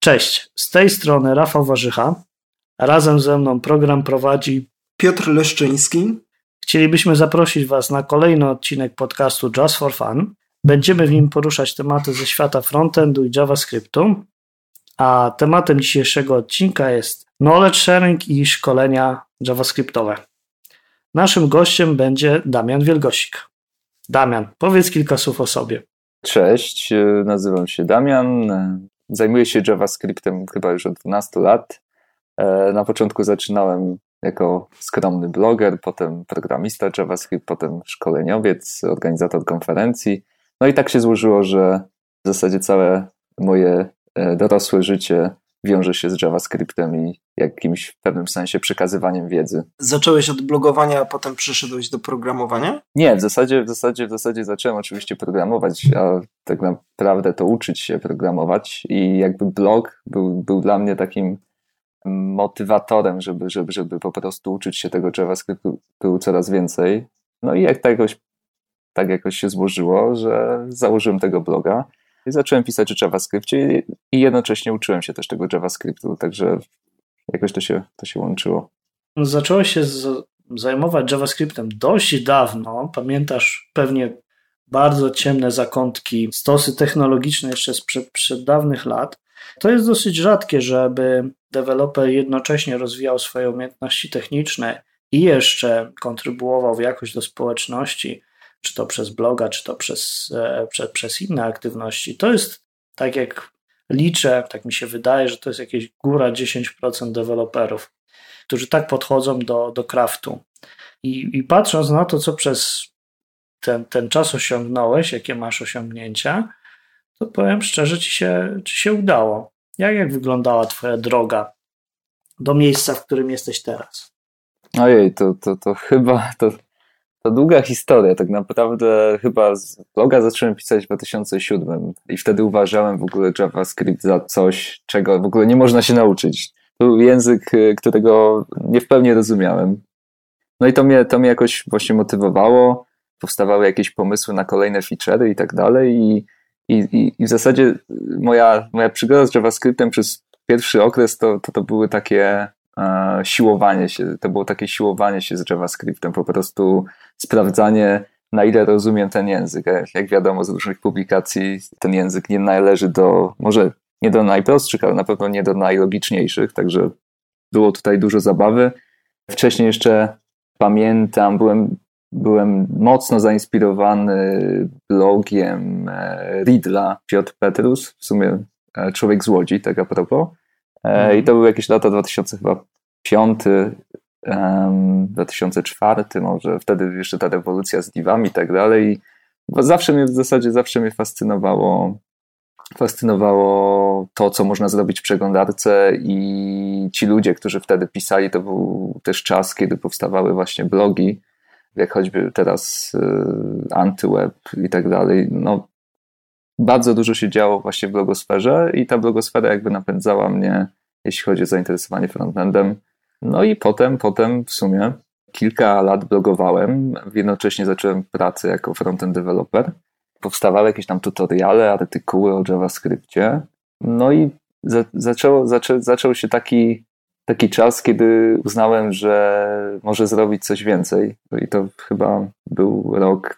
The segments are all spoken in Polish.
Cześć, z tej strony Rafał Warzycha. Razem ze mną program prowadzi Piotr Leszczyński. Chcielibyśmy zaprosić Was na kolejny odcinek podcastu Just for Fun. Będziemy w nim poruszać tematy ze świata frontendu i JavaScriptu, a tematem dzisiejszego odcinka jest knowledge sharing i szkolenia JavaScriptowe. Naszym gościem będzie Damian Wielgosik. Damian, powiedz kilka słów o sobie. Cześć, nazywam się Damian, zajmuję się JavaScriptem chyba już od 12 lat. Na początku zaczynałem jako skromny bloger, potem programista JavaScript, potem szkoleniowiec, organizator konferencji. No i tak się złożyło, że w zasadzie całe moje dorosłe życie wiąże się z JavaScriptem i jakimś w pewnym sensie przekazywaniem wiedzy. Zacząłeś od blogowania, a potem przyszedłeś do programowania? Nie, w zasadzie zacząłem oczywiście programować, a tak naprawdę to uczyć się programować i jakby blog był dla mnie takim motywatorem, żeby po prostu uczyć się tego JavaScriptu coraz więcej. No i tak jakoś się złożyło, że założyłem tego bloga i zacząłem pisać o JavaScriptie i jednocześnie uczyłem się też tego JavaScriptu, także jakoś to się łączyło. Zacząłeś się zajmować JavaScriptem dość dawno. Pamiętasz pewnie bardzo ciemne zakątki, stosy technologiczne jeszcze sprzed dawnych lat. To jest dosyć rzadkie, żeby deweloper jednocześnie rozwijał swoje umiejętności techniczne i jeszcze kontrybuował w jakoś do społeczności, czy to przez bloga, czy to przez inne aktywności. To jest, tak jak liczę, tak mi się wydaje, że to jest jakieś góra 10% deweloperów, którzy tak podchodzą do craftu. I patrząc na to, co przez ten czas osiągnąłeś, jakie masz osiągnięcia, to powiem szczerze, ci się udało. Jak wyglądała twoja droga do miejsca, w którym jesteś teraz? Ojej, to chyba to długa historia. Tak naprawdę chyba z bloga zacząłem pisać w 2007 i wtedy uważałem w ogóle JavaScript za coś, czego w ogóle nie można się nauczyć. To był język, którego nie w pełni rozumiałem. No i to mnie jakoś właśnie motywowało. Powstawały jakieś pomysły na kolejne feature'y i tak dalej i w zasadzie moja przygoda z JavaScriptem przez pierwszy okres to były takie siłowanie się, to było takie siłowanie się z JavaScriptem, po prostu sprawdzanie, na ile rozumiem ten język. Jak wiadomo z różnych publikacji, ten język nie należy może nie do najprostszych, ale na pewno nie do najlogiczniejszych, także było tutaj dużo zabawy. Wcześniej jeszcze pamiętam, byłem mocno zainspirowany blogiem Riddla, Piotr Petrus, w sumie człowiek z Łodzi, tak a propos. I to były jakieś lata 2005, 2004 może, wtedy jeszcze ta rewolucja z divami i tak dalej. I zawsze mnie fascynowało to, co można zrobić w przeglądarce i ci ludzie, którzy wtedy pisali, to był też czas, kiedy powstawały właśnie blogi, jak choćby teraz Antyweb i tak dalej. No, bardzo dużo się działo właśnie w blogosferze i ta blogosfera jakby napędzała mnie, jeśli chodzi o zainteresowanie frontendem. No i potem w sumie kilka lat blogowałem, jednocześnie zacząłem pracę jako frontend developer. Powstawały jakieś tam tutoriale, artykuły o JavaScriptie. No i zaczął się taki czas, kiedy uznałem, że może zrobić coś więcej. I to chyba był rok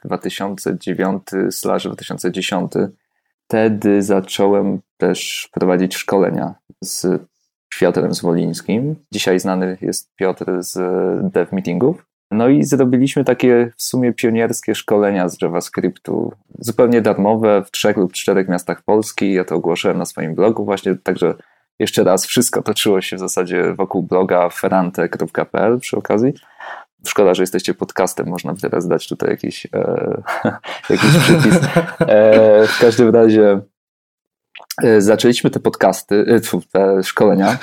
2009/2010. Wtedy zacząłem też prowadzić szkolenia z Piotrem Zwolińskim. Dzisiaj znany jest Piotr z Dev Meetingów. No i zrobiliśmy takie w sumie pionierskie szkolenia z JavaScriptu, zupełnie darmowe w 3 lub 4 miastach Polski. Ja to ogłosiłem na swoim blogu właśnie, także jeszcze raz wszystko toczyło się w zasadzie wokół bloga ferrante.pl przy okazji. Szkoda, że jesteście podcastem, można by teraz dać tutaj jakiś przypis. W każdym razie zaczęliśmy te te szkolenia.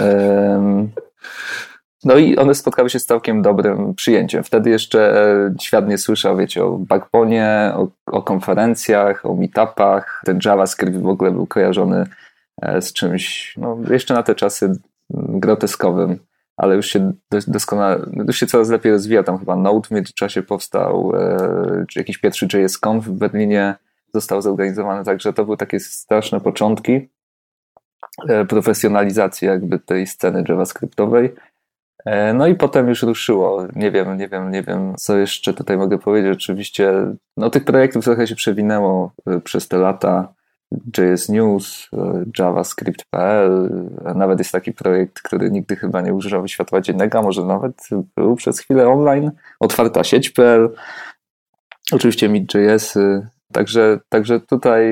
No i one spotkały się z całkiem dobrym przyjęciem. Wtedy jeszcze świat nie słyszał, wiecie, o Backbonie, o konferencjach, o meetupach. Ten JavaScript w ogóle był kojarzony z czymś, no jeszcze na te czasy groteskowym, ale już się coraz lepiej rozwija. Tam chyba Node w międzyczasie powstał, jakiś pierwszy JSConf w Berlinie został zorganizowany, także to były takie straszne początki. profesjonalizację jakby tej sceny javascriptowej. No i potem już ruszyło. Nie wiem, co jeszcze tutaj mogę powiedzieć. Oczywiście, no tych projektów trochę się przewinęło przez te lata. JS News, javascript.pl, nawet jest taki projekt, który nigdy chyba nie używał światła dziennego, a może nawet był przez chwilę online, otwarta sieć.pl, oczywiście Meet.js-y, także tutaj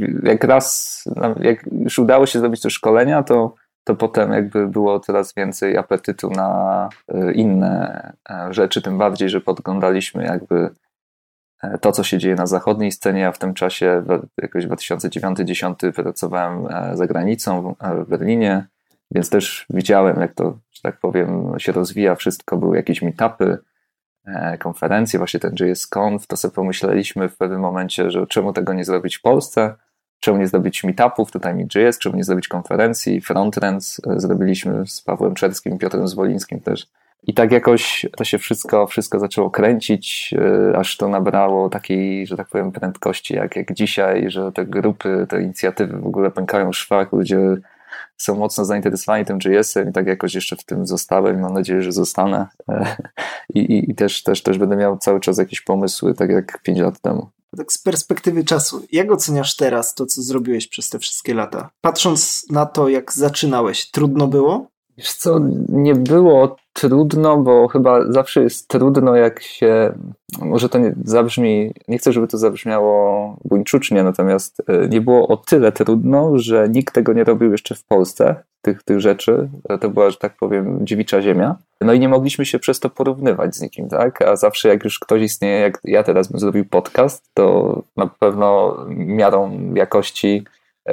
jak już udało się zrobić te szkolenia, to potem jakby było coraz więcej apetytu na inne rzeczy, tym bardziej, że podglądaliśmy jakby to, co się dzieje na zachodniej scenie. Ja w tym czasie, jakoś 2009-2010 pracowałem za granicą w Berlinie, więc też widziałem, jak to, że tak powiem, się rozwija wszystko. Były jakieś meetupy, konferencje, właśnie ten JSConf, to sobie pomyśleliśmy w pewnym momencie, że czemu tego nie zrobić w Polsce, czemu nie zrobić meetupów, tutaj Meet.js, czemu nie zrobić konferencji, Frontrends zrobiliśmy z Pawłem Czerskim, Piotrem Zwolińskim też. I tak jakoś to się wszystko zaczęło kręcić, aż to nabrało takiej, że tak powiem, prędkości jak dzisiaj, że te grupy, te inicjatywy w ogóle pękają w szwach, ludzie są mocno zainteresowani tym JS-em i tak jakoś jeszcze w tym zostałem i mam nadzieję, że zostanę. I też będę miał cały czas jakieś pomysły, tak jak 5 lat temu. Tak z perspektywy czasu, jak oceniasz teraz to, co zrobiłeś przez te wszystkie lata? Patrząc na to, jak zaczynałeś, trudno było? Wiesz co, nie było trudno, bo chyba zawsze jest trudno, jak się, może to nie zabrzmi, nie chcę, żeby to zabrzmiało buńczucznie, natomiast nie było o tyle trudno, że nikt tego nie robił jeszcze w Polsce, tych rzeczy. To była, że tak powiem, dziewicza ziemia. No i nie mogliśmy się przez to porównywać z nikim, tak? A zawsze jak już ktoś istnieje, jak ja teraz bym zrobił podcast, to na pewno miarą jakości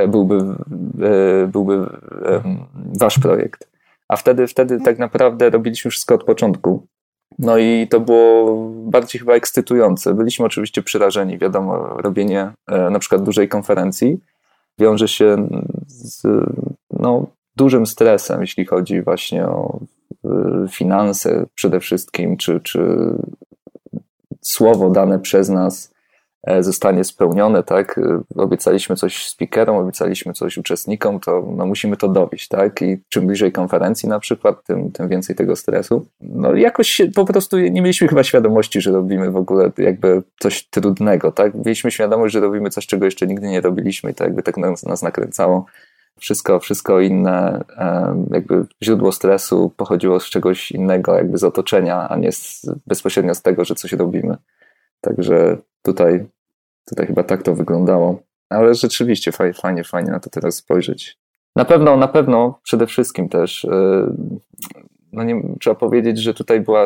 byłby wasz projekt. A wtedy tak naprawdę robiliśmy wszystko od początku. No i to było bardziej chyba ekscytujące. Byliśmy oczywiście przerażeni. Wiadomo, robienie na przykład dużej konferencji wiąże się z dużym stresem, jeśli chodzi właśnie o finanse przede wszystkim, czy słowo dane przez nas zostanie spełnione, tak? Obiecaliśmy coś speakerom, obiecaliśmy coś uczestnikom, to musimy to dowieść, tak? I czym bliżej konferencji na przykład, tym więcej tego stresu. No jakoś po prostu nie mieliśmy chyba świadomości, że robimy w ogóle jakby coś trudnego, tak? Mieliśmy świadomość, że robimy coś, czego jeszcze nigdy nie robiliśmy i to jakby tak nas nakręcało. Wszystko inne, jakby źródło stresu pochodziło z czegoś innego, jakby z otoczenia, a nie bezpośrednio z tego, że coś robimy. Także tutaj chyba tak to wyglądało. Ale rzeczywiście fajnie na to teraz spojrzeć. Na pewno przede wszystkim też trzeba powiedzieć, że tutaj była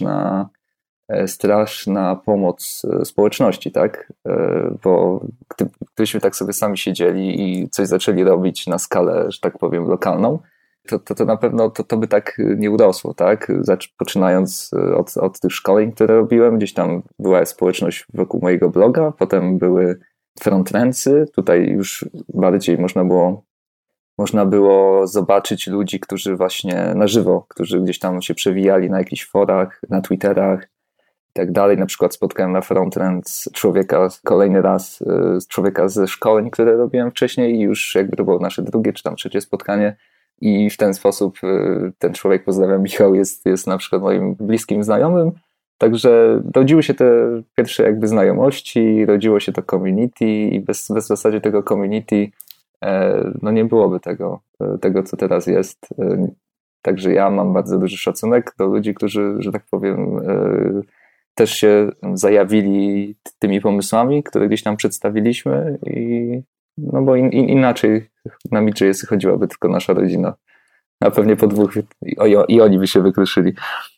straszna pomoc społeczności, tak? Bo gdybyśmy tak sobie sami siedzieli i coś zaczęli robić na skalę, że tak powiem, lokalną, to na pewno to by tak nie urosło, tak? Poczynając od tych szkoleń, które robiłem, gdzieś tam była społeczność wokół mojego bloga, potem były Frontrendsy, tutaj już bardziej można było zobaczyć ludzi, którzy właśnie na żywo, którzy gdzieś tam się przewijali na jakichś forach, na Twitterach i tak dalej. Na przykład spotkałem na Frontrends kolejny raz człowieka ze szkoleń, które robiłem wcześniej i już jakby to było nasze drugie czy tam trzecie spotkanie. I w ten sposób ten człowiek, pozdrawiam, Michał, jest na przykład moim bliskim znajomym. Także rodziły się te pierwsze jakby znajomości, rodziło się to community i bez w zasadzie tego community nie byłoby tego, co teraz jest. Także ja mam bardzo duży szacunek do ludzi, którzy, że tak powiem, też się zajawili tymi pomysłami, które gdzieś tam przedstawiliśmy bo inaczej na Meet.js chodziłaby tylko nasza rodzina. A pewnie po 2 i oni by się wykruszyli.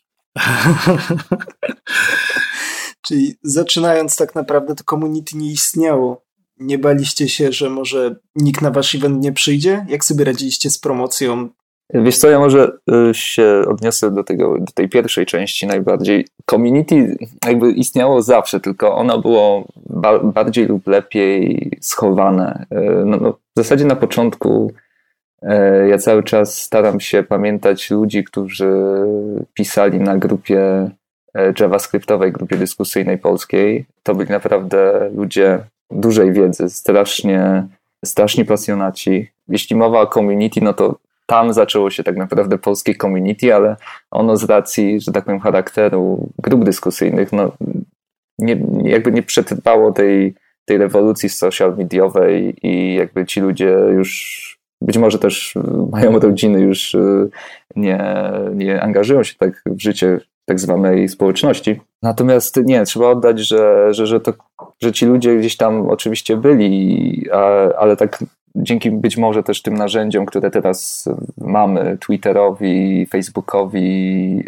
Czyli zaczynając tak naprawdę to community nie istniało. Nie baliście się, że może nikt na wasz event nie przyjdzie? Jak sobie radziliście z promocją? Wiesz co, ja może się odniosę do tej pierwszej części najbardziej. Community jakby istniało zawsze, tylko ono było bardziej lub lepiej schowane. W zasadzie na początku ja cały czas staram się pamiętać ludzi, którzy pisali na grupie javascriptowej, grupie dyskusyjnej polskiej. To byli naprawdę ludzie dużej wiedzy, strasznie pasjonaci. jeśli mowa o community, no to tam zaczęło się tak naprawdę polskie community, ale ono z racji, że tak powiem, charakteru grup dyskusyjnych, no jakby nie przetrwało tej rewolucji social mediowej i jakby ci ludzie już być może też mają rodziny, już nie angażują się tak w życie tak zwanej społeczności. Natomiast nie, trzeba oddać, że ci ludzie gdzieś tam oczywiście byli, ale tak dzięki być może też tym narzędziom, które teraz mamy, Twitterowi, Facebookowi,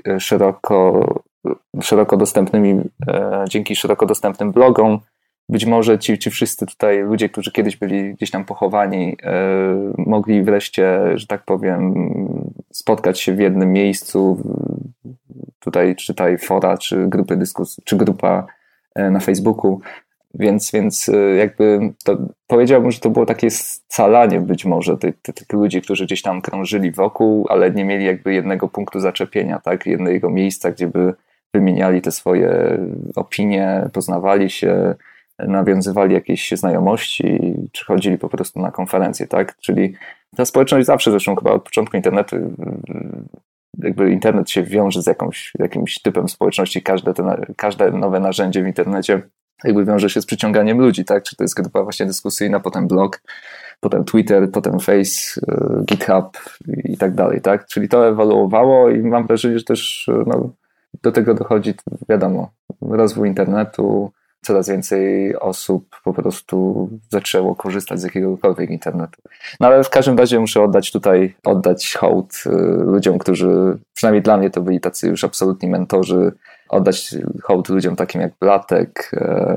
szeroko dostępnymi, dzięki szeroko dostępnym blogom, być może ci wszyscy tutaj ludzie, którzy kiedyś byli gdzieś tam pochowani, mogli wreszcie, że tak powiem, spotkać się w jednym miejscu, tutaj czytaj fora, czy grupy dyskusji, czy grupa na Facebooku, więc jakby to, powiedziałbym, że to było takie scalanie być może tych ludzi, którzy gdzieś tam krążyli wokół, ale nie mieli jakby jednego punktu zaczepienia, tak, jednego miejsca, gdzie by wymieniali te swoje opinie, poznawali się, nawiązywali jakieś znajomości, czy chodzili po prostu na konferencje, tak? Czyli ta społeczność zawsze, zresztą chyba od początku internetu, jakby internet się wiąże z jakimś typem społeczności, każde nowe narzędzie w internecie jakby wiąże się z przyciąganiem ludzi, tak? Czy to jest grupa właśnie dyskusyjna, potem blog, potem Twitter, potem Face, GitHub i tak dalej, tak? Czyli to ewoluowało i mam wrażenie, że też do tego dochodzi, wiadomo, rozwój internetu, coraz więcej osób po prostu zaczęło korzystać z jakiegokolwiek internetu. No ale w każdym razie muszę oddać hołd ludziom, którzy, przynajmniej dla mnie to byli tacy już absolutni mentorzy, oddać hołd ludziom takim jak Blatek,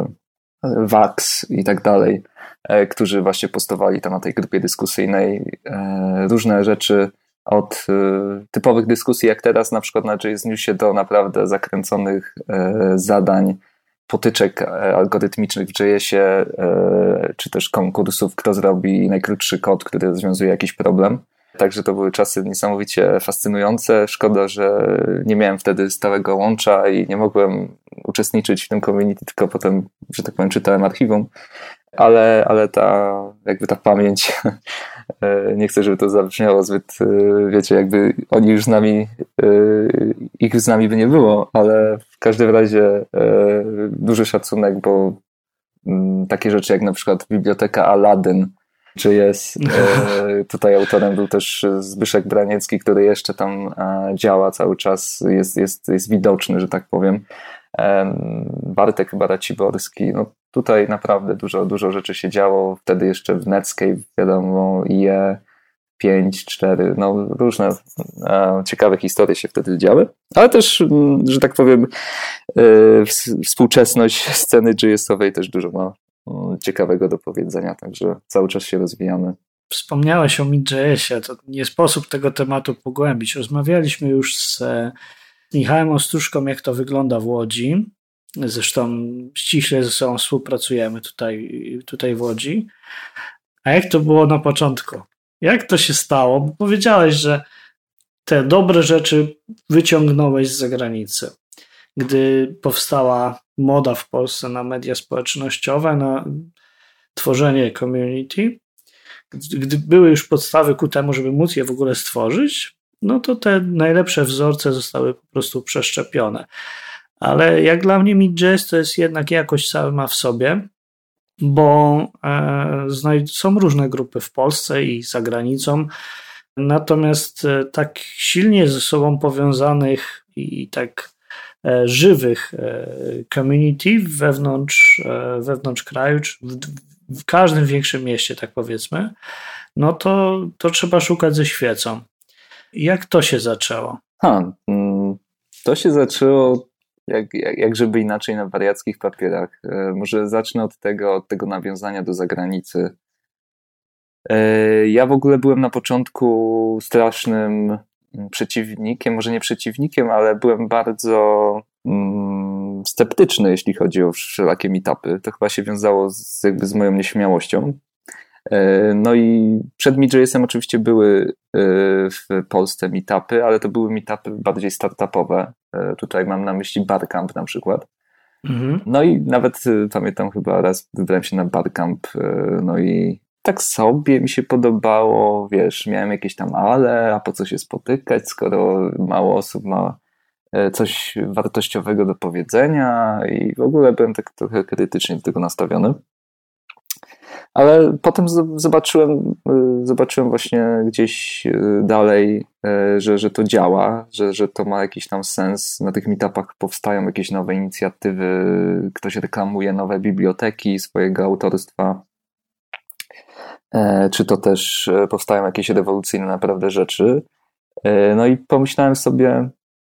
Wax i tak dalej, którzy właśnie postawali tam na tej grupie dyskusyjnej różne rzeczy, od typowych dyskusji jak teraz na przykład na JS Newsie do naprawdę zakręconych zadań, potyczek algorytmicznych w JS-ie, czy też konkursów, kto zrobi najkrótszy kod, który rozwiązuje jakiś problem. Także to były czasy niesamowicie fascynujące. Szkoda, że nie miałem wtedy stałego łącza i nie mogłem uczestniczyć w tym community, tylko potem, że tak powiem, czytałem archiwum. Ale ta pamięć, nie chcę, żeby to zabrzmiało zbyt, wiecie, jakby oni już ich z nami by nie było, ale w każdym razie duży szacunek, bo takie rzeczy jak na przykład biblioteka Aladdin, czy jest, tutaj autorem był też Zbyszek Braniecki, który jeszcze tam działa cały czas, jest widoczny, że tak powiem. Bartek chyba Raciborski, no tutaj naprawdę dużo rzeczy się działo, wtedy jeszcze w Netscape, wiadomo, IE 5, 4, no różne ciekawe historie się wtedy działy, ale też, że tak powiem, współczesność sceny JS-owej też dużo ma ciekawego do powiedzenia, także cały czas się rozwijamy. Wspomniałeś o Mid.jsie, to nie sposób tego tematu pogłębić. Rozmawialiśmy już z Michałem Ostróżką, jak to wygląda w Łodzi. Zresztą ściśle ze sobą współpracujemy tutaj w Łodzi. A jak to było na początku? Jak to się stało? Bo powiedziałeś, że te dobre rzeczy wyciągnąłeś z zagranicy. Gdy powstała moda w Polsce na media społecznościowe, na tworzenie community, gdy były już podstawy ku temu, żeby móc je w ogóle stworzyć, no to te najlepsze wzorce zostały po prostu przeszczepione. Ale jak dla mnie Mid.js to jest jednak jakość sama w sobie, bo są różne grupy w Polsce i za granicą, natomiast tak silnie ze sobą powiązanych i tak żywych community wewnątrz kraju, w każdym większym mieście, tak powiedzmy, no to trzeba szukać ze świecą. Jak to się zaczęło? To się zaczęło jak żeby inaczej na wariackich papierach. Może zacznę od tego nawiązania do zagranicy. Ja w ogóle byłem na początku strasznym przeciwnikiem, może nie przeciwnikiem, ale byłem bardzo sceptyczny, jeśli chodzi o wszelakie meetupy. To chyba się wiązało z moją nieśmiałością. No i przed Mid.jsem oczywiście były w Polsce meetupy, ale to były meetupy bardziej startupowe. Tutaj mam na myśli Barcamp na przykład. Mhm. No i nawet pamiętam chyba raz wybrałem się na Barcamp, no i tak sobie mi się podobało, wiesz, miałem jakieś tam ale, a po co się spotykać, skoro mało osób ma coś wartościowego do powiedzenia i w ogóle byłem tak trochę krytycznie do tego nastawiony. Ale potem zobaczyłem właśnie gdzieś dalej, że to działa, że to ma jakiś tam sens. Na tych meetupach powstają jakieś nowe inicjatywy, ktoś reklamuje nowe biblioteki swojego autorstwa, czy to też powstają jakieś rewolucyjne naprawdę rzeczy. No i pomyślałem sobie,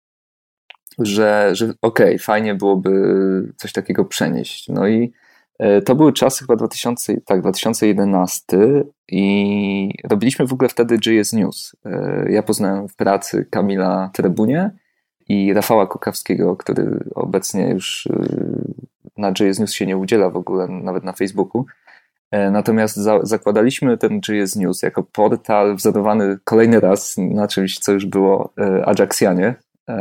że okej, fajnie byłoby coś takiego przenieść. No i to były czasy chyba 2011 i robiliśmy w ogóle wtedy JS News. Ja poznałem w pracy Kamila Trebunie i Rafała Kukawskiego, który obecnie już na JS News się nie udziela w ogóle, nawet na Facebooku. Natomiast zakładaliśmy ten JS News jako portal wzorowany kolejny raz na czymś, co już było Ajaxianie.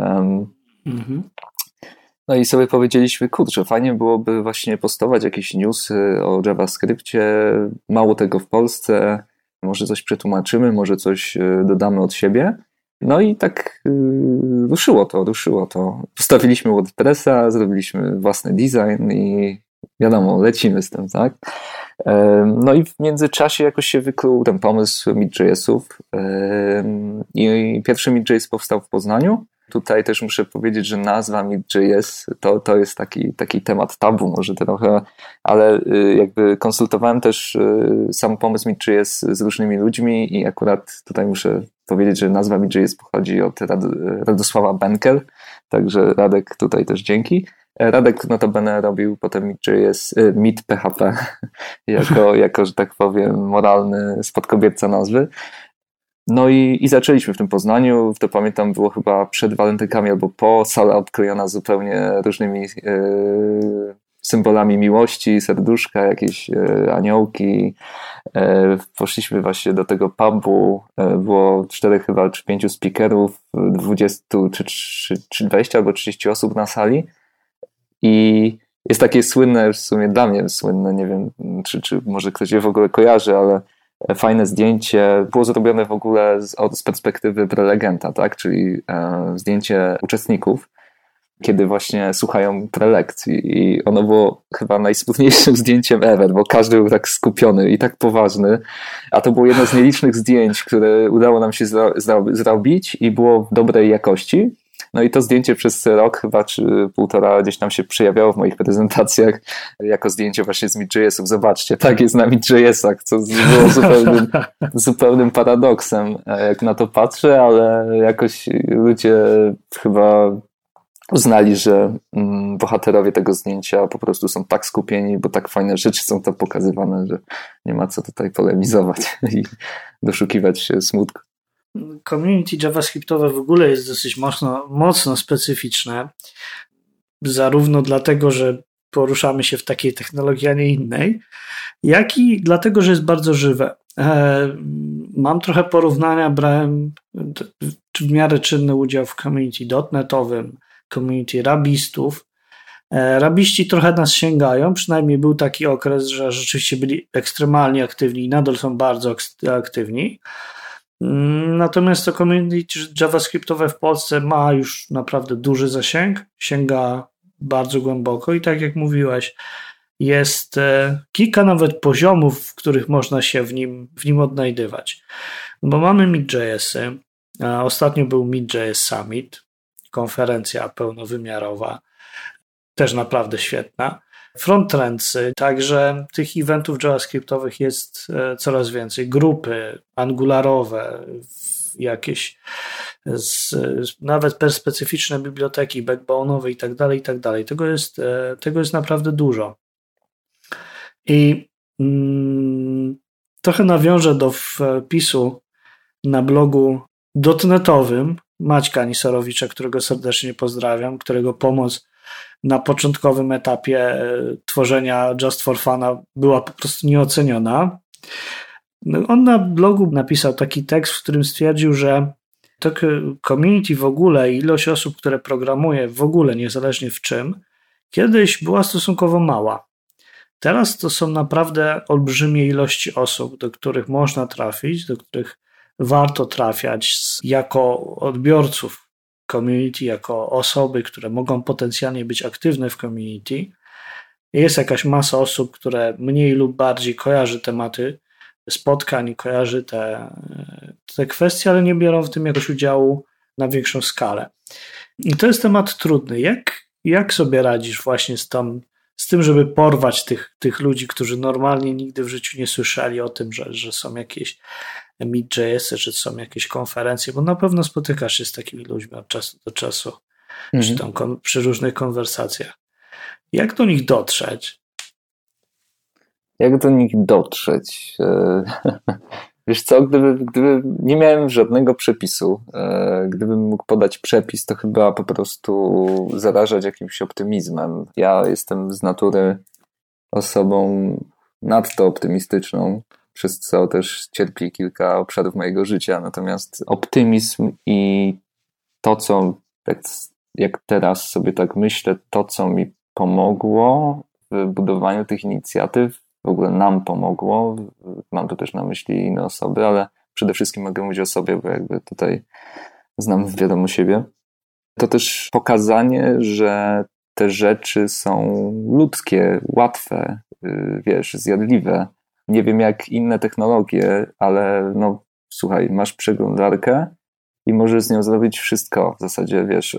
No i sobie powiedzieliśmy, kurczę, fajnie byłoby właśnie postować jakieś newsy o JavaScriptie, mało tego w Polsce, może coś przetłumaczymy, może coś dodamy od siebie. No i tak ruszyło to. Postawiliśmy WordPressa, zrobiliśmy własny design i wiadomo, lecimy z tym, tak? No i w międzyczasie jakoś się wykluł ten pomysł Meet.jsów i pierwszy Meet.js powstał w Poznaniu. Tutaj też muszę powiedzieć, że nazwa Meet.js to jest taki temat tabu może trochę, ale jakby konsultowałem też sam pomysł Meet.js z różnymi ludźmi i akurat tutaj muszę powiedzieć, że nazwa Meet.js pochodzi od Radosława Benkel, także Radek tutaj też dzięki. Radek notabene robił potem Meet.js, Meet.php jako, że tak powiem, moralny spadkobierca nazwy. No i zaczęliśmy w tym Poznaniu, to pamiętam było chyba przed walentynkami albo po, sala obklejona zupełnie różnymi symbolami miłości, serduszka, jakieś aniołki. Poszliśmy właśnie do tego pubu, było 4 chyba czy 5 speakerów, 20 czy 20 albo 30 osób na sali i jest takie słynne, w sumie dla mnie słynne, nie wiem czy może ktoś je w ogóle kojarzy, ale fajne zdjęcie było zrobione w ogóle z perspektywy prelegenta, tak? Czyli zdjęcie uczestników, kiedy właśnie słuchają prelekcji i ono było chyba najsmutniejszym zdjęciem ever, bo każdy był tak skupiony i tak poważny, a to było jedno z nielicznych zdjęć, które udało nam się zrobić i było w dobrej jakości. No i to zdjęcie przez rok chyba czy półtora gdzieś tam się przejawiało w moich prezentacjach jako zdjęcie właśnie z Meet.jsów. Zobaczcie, tak jest na Meet.jsach, co było zupełnym paradoksem, jak na to patrzę, ale jakoś ludzie chyba uznali, że bohaterowie tego zdjęcia po prostu są tak skupieni, bo tak fajne rzeczy są tam pokazywane, że nie ma co tutaj polemizować i doszukiwać się smutku. Community JavaScriptowe w ogóle jest dosyć mocno specyficzne, zarówno dlatego, że poruszamy się w takiej technologii, a nie innej, jak i dlatego, że jest bardzo żywe. Mam trochę porównania, brałem w miarę czynny udział w community .NET-owym, community rabistów. Rabiści trochę nas sięgają, przynajmniej był taki okres, że rzeczywiście byli ekstremalnie aktywni i nadal są bardzo aktywni. Natomiast to community JavaScriptowe w Polsce ma już naprawdę duży zasięg, sięga bardzo głęboko i tak jak mówiłeś, jest kilka nawet poziomów, w których można się w nim odnajdywać. Bo mamy Meet.jsy, ostatnio był Meet.js Summit, konferencja pełnowymiarowa, też naprawdę świetna. Frontrendsy, także tych eventów JavaScriptowych jest coraz więcej. Grupy angularowe, jakieś nawet specyficzne biblioteki backbone'owe i tak dalej. Tego jest naprawdę dużo. I trochę nawiążę do wpisu na blogu dotnetowym Maćka Nisorowicza, którego serdecznie pozdrawiam, którego pomoc na początkowym etapie tworzenia Just for Funa była po prostu nieoceniona. On na blogu napisał taki tekst, w którym stwierdził, że to community w ogóle, ilość osób, które programuje w ogóle, niezależnie w czym, kiedyś była stosunkowo mała. Teraz to są naprawdę olbrzymie ilości osób, do których można trafić, do których warto trafiać jako odbiorców community, jako osoby, które mogą potencjalnie być aktywne w community. Jest jakaś masa osób, które mniej lub bardziej kojarzy tematy spotkań, kojarzy te kwestie, ale nie biorą w tym jakoś udziału na większą skalę. I to jest temat trudny. Jak sobie radzisz właśnie z tym, żeby porwać tych ludzi, którzy normalnie nigdy w życiu nie słyszeli o tym, że są jakieś Meet.js-y, że są jakieś konferencje, bo na pewno spotykasz się z takimi ludźmi od czasu do czasu przy różnych konwersacjach. Jak do nich dotrzeć? Jak do nich dotrzeć? Wiesz co, gdyby nie miałem żadnego przepisu, gdybym mógł podać przepis, to chyba po prostu zarażać jakimś optymizmem. Ja jestem z natury osobą nadto optymistyczną, przez co też cierpi kilka obszarów mojego życia. Natomiast optymizm i to, co jak teraz sobie tak myślę, to, co mi pomogło w budowaniu tych inicjatyw, w ogóle nam pomogło, mam tu też na myśli inne osoby, ale przede wszystkim mogę mówić o sobie, bo jakby tutaj znam wiadomo siebie, to też pokazanie, że te rzeczy są ludzkie, łatwe, wiesz, zjadliwe. Nie wiem jak inne technologie, ale no słuchaj, masz przeglądarkę i możesz z nią zrobić wszystko. W zasadzie, wiesz,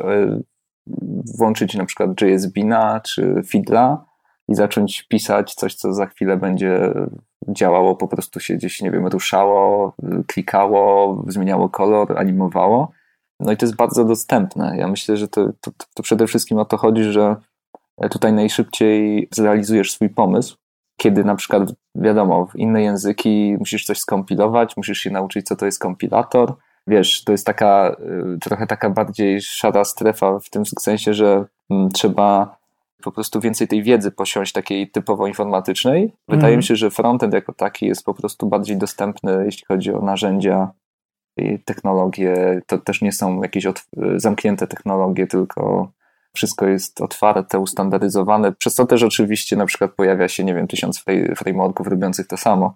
włączyć na przykład JS Beana czy Fiddla i zacząć pisać coś, co za chwilę będzie działało, po prostu się gdzieś, nie wiem, ruszało, klikało, zmieniało kolor, animowało. No i to jest bardzo dostępne. Ja myślę, że to przede wszystkim o to chodzi, że tutaj najszybciej zrealizujesz swój pomysł, kiedy na przykład, wiadomo, w inne języki musisz coś skompilować, musisz się nauczyć, co to jest kompilator. Wiesz, to jest trochę taka bardziej szara strefa w tym sensie, że trzeba po prostu więcej tej wiedzy posiąść, takiej typowo informatycznej. Wydaje mi się, że frontend jako taki jest po prostu bardziej dostępny, jeśli chodzi o narzędzia i technologie. To też nie są jakieś zamknięte technologie, tylko wszystko jest otwarte, ustandaryzowane. Przez to też oczywiście na przykład pojawia się, nie wiem, 1000 frameworków robiących to samo.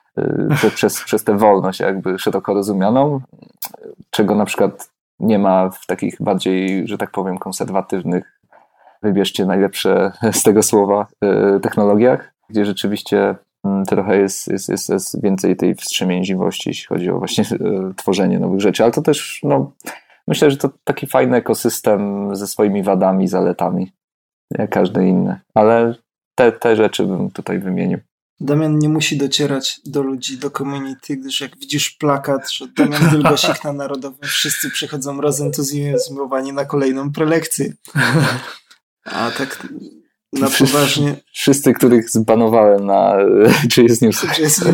Przez tę wolność jakby szeroko rozumianą, czego na przykład nie ma w takich bardziej, że tak powiem, konserwatywnych, wybierzcie najlepsze z tego słowa, technologiach, gdzie rzeczywiście trochę jest więcej tej wstrzemięźliwości, jeśli chodzi o właśnie tworzenie nowych rzeczy, ale to też, no, myślę, że to taki fajny ekosystem ze swoimi wadami, zaletami, jak każdy inny, ale te rzeczy bym tutaj wymienił. Damian nie musi docierać do ludzi, do community, gdyż jak widzisz plakat, że Damian Dylgosik na Narodowym, wszyscy przychodzą rozentuzjazmowani na kolejną prelekcję. A tak na poważnie... Wszyscy, których zbanowałem na JS News.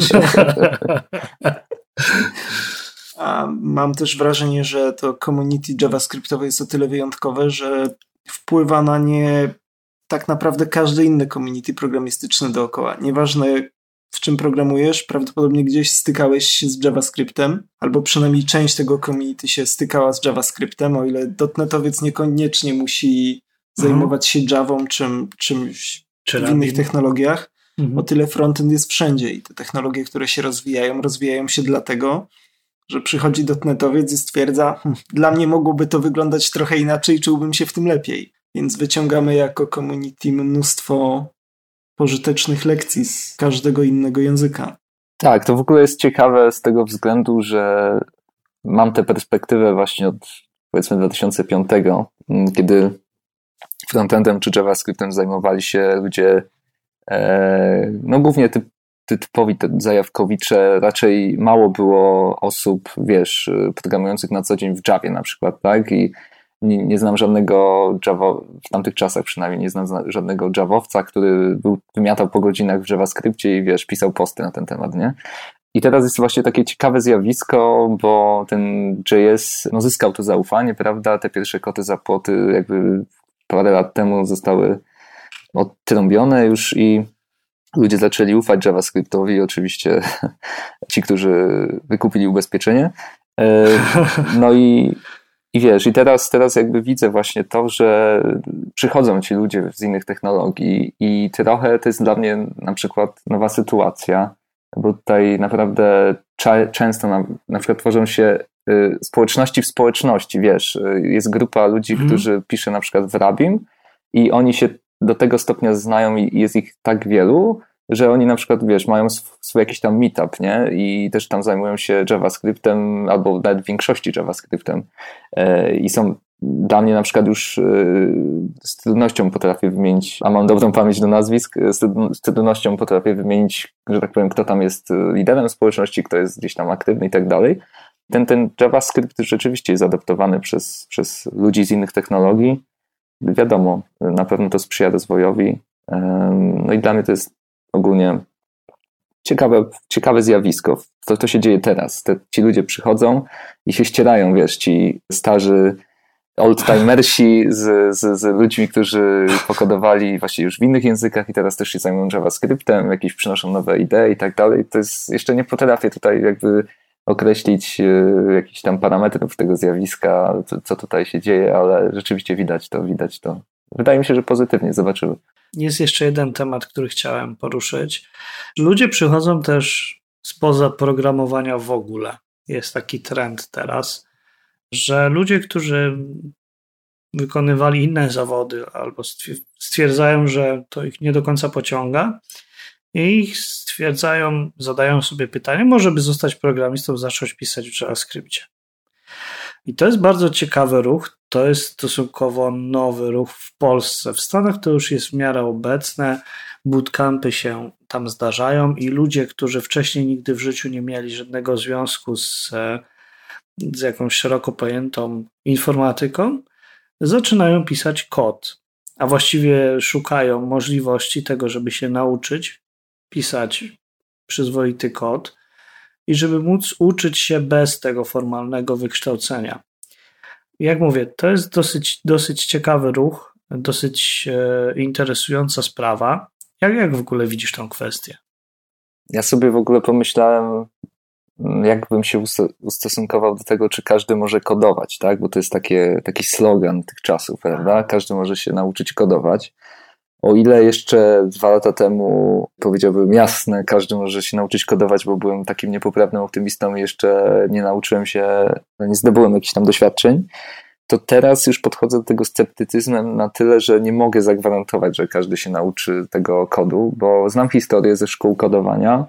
A mam też wrażenie, że to community javascriptowe jest o tyle wyjątkowe, że wpływa na nie tak naprawdę każde inne community programistyczne dookoła. Nieważne w czym programujesz, prawdopodobnie gdzieś stykałeś się z JavaScriptem, albo przynajmniej część tego community się stykała z JavaScriptem, o ile .NETowiec niekoniecznie musi zajmować się Javą, czymś w innych technologiach. O tyle frontend jest wszędzie i te technologie, które się rozwijają się dlatego, że przychodzi .NETowiec i stwierdza, dla mnie mogłoby to wyglądać trochę inaczej, czułbym się w tym lepiej. Więc wyciągamy jako community mnóstwo pożytecznych lekcji z każdego innego języka. Tak, to w ogóle jest ciekawe z tego względu, że mam tę perspektywę właśnie od powiedzmy 2005, kiedy frontendem czy JavaScriptem zajmowali się ludzie no głównie typowi zajawkowicze, raczej mało było osób, wiesz, programujących na co dzień w Javie na przykład, tak? I nie znam żadnego w tamtych czasach przynajmniej nie znam żadnego Javowca, który wymiatał po godzinach w JavaScriptie i wiesz, pisał posty na ten temat, nie? I teraz jest właśnie takie ciekawe zjawisko, bo ten JS no, zyskał to zaufanie, prawda? Te pierwsze koty za płoty jakby parę lat temu zostały odtrąbione już i ludzie zaczęli ufać JavaScriptowi, oczywiście ci, którzy wykupili ubezpieczenie. No i I wiesz, i teraz jakby widzę właśnie to, że przychodzą ci ludzie z innych technologii i trochę to jest dla mnie na przykład nowa sytuacja, bo tutaj naprawdę często na przykład tworzą się społeczności w społeczności, wiesz, jest grupa ludzi, którzy pisze na przykład w Rabim i oni się do tego stopnia znają i jest ich tak wielu, że oni na przykład, wiesz, mają swój jakiś tam meetup, nie? I też tam zajmują się JavaScriptem albo nawet w większości JavaScriptem i są dla mnie na przykład już z trudnością potrafię wymienić, a mam dobrą pamięć do nazwisk, z trudnością potrafię wymienić, że tak powiem, kto tam jest liderem społeczności, kto jest gdzieś tam aktywny i tak dalej. Ten JavaScript rzeczywiście jest adaptowany przez ludzi z innych technologii. Wiadomo, na pewno to sprzyja rozwojowi. No i dla mnie to jest ogólnie ciekawe zjawisko. To się dzieje teraz. Ci ludzie przychodzą i się ścierają, wiesz, ci starzy oldtimersi z ludźmi, którzy pokodowali właśnie już w innych językach i teraz też się zajmują JavaScriptem, jakieś przynoszą nowe idee i tak dalej. To jest, jeszcze nie potrafię tutaj jakby określić jakichś tam parametrów tego zjawiska, co tutaj się dzieje, ale rzeczywiście widać to. Wydaje mi się, że pozytywnie zobaczymy. Jest jeszcze jeden temat, który chciałem poruszyć. Ludzie przychodzą też spoza programowania w ogóle. Jest taki trend teraz, że ludzie, którzy wykonywali inne zawody albo stwierdzają, że to ich nie do końca pociąga i stwierdzają, zadają sobie pytanie, może by zostać programistą, zacząć pisać w JavaScriptie. I to jest bardzo ciekawy ruch, to jest stosunkowo nowy ruch w Polsce. W Stanach to już jest w miarę obecne, bootcampy się tam zdarzają i ludzie, którzy wcześniej nigdy w życiu nie mieli żadnego związku z jakąś szeroko pojętą informatyką, zaczynają pisać kod, a właściwie szukają możliwości tego, żeby się nauczyć pisać przyzwoity kod i żeby móc uczyć się bez tego formalnego wykształcenia. Jak mówię, to jest dosyć ciekawy ruch, dosyć interesująca sprawa. Jak w ogóle widzisz tę kwestię? Ja sobie w ogóle pomyślałem, jakbym się ustosunkował do tego, czy każdy może kodować, tak? Bo to jest taki slogan tych czasów, prawda? Każdy może się nauczyć kodować. O ile jeszcze 2 lata temu powiedziałbym jasne, każdy może się nauczyć kodować, bo byłem takim niepoprawnym optymistą i jeszcze nie nauczyłem się, nie zdobyłem jakichś tam doświadczeń, to teraz już podchodzę do tego sceptycyzmem na tyle, że nie mogę zagwarantować, że każdy się nauczy tego kodu, bo znam historię ze szkół kodowania,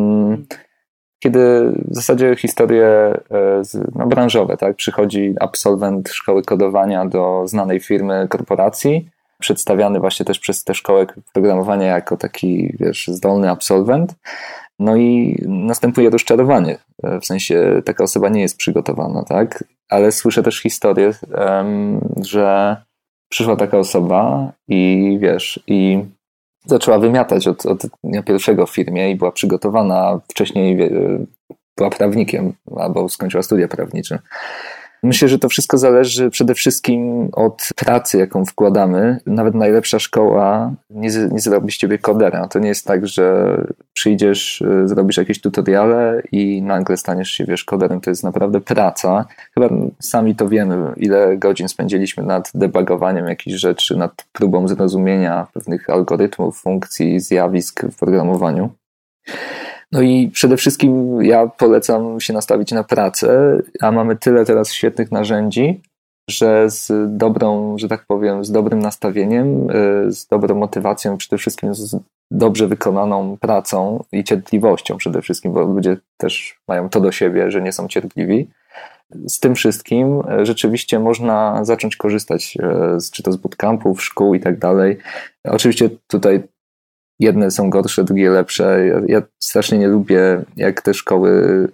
kiedy w zasadzie historie branżowe, tak? Przychodzi absolwent szkoły kodowania do znanej firmy, korporacji, przedstawiany właśnie też przez tę szkołę programowania jako taki, wiesz, zdolny absolwent. No i następuje rozczarowanie. W sensie taka osoba nie jest przygotowana, tak? Ale słyszę też historię, że przyszła taka osoba i wiesz, i zaczęła wymiatać od dnia pierwszego w firmie i była przygotowana. Wcześniej była prawnikiem albo skończyła studia prawnicze. Myślę, że to wszystko zależy przede wszystkim od pracy, jaką wkładamy. Nawet najlepsza szkoła nie zrobi z ciebie kodera. To nie jest tak, że przyjdziesz, zrobisz jakieś tutoriale i nagle staniesz się, wiesz, koderem. To jest naprawdę praca. Chyba sami to wiemy, ile godzin spędziliśmy nad debugowaniem jakichś rzeczy, nad próbą zrozumienia pewnych algorytmów, funkcji, zjawisk w programowaniu. No i przede wszystkim ja polecam się nastawić na pracę, a mamy tyle teraz świetnych narzędzi, że z dobrą, że tak powiem, z dobrym nastawieniem, z dobrą motywacją, przede wszystkim z dobrze wykonaną pracą i cierpliwością przede wszystkim, bo ludzie też mają to do siebie, że nie są cierpliwi. Z tym wszystkim rzeczywiście można zacząć korzystać czy to z bootcampów, szkół i tak dalej. Oczywiście tutaj jedne są gorsze, drugie lepsze. Ja strasznie nie lubię, jak te szkoły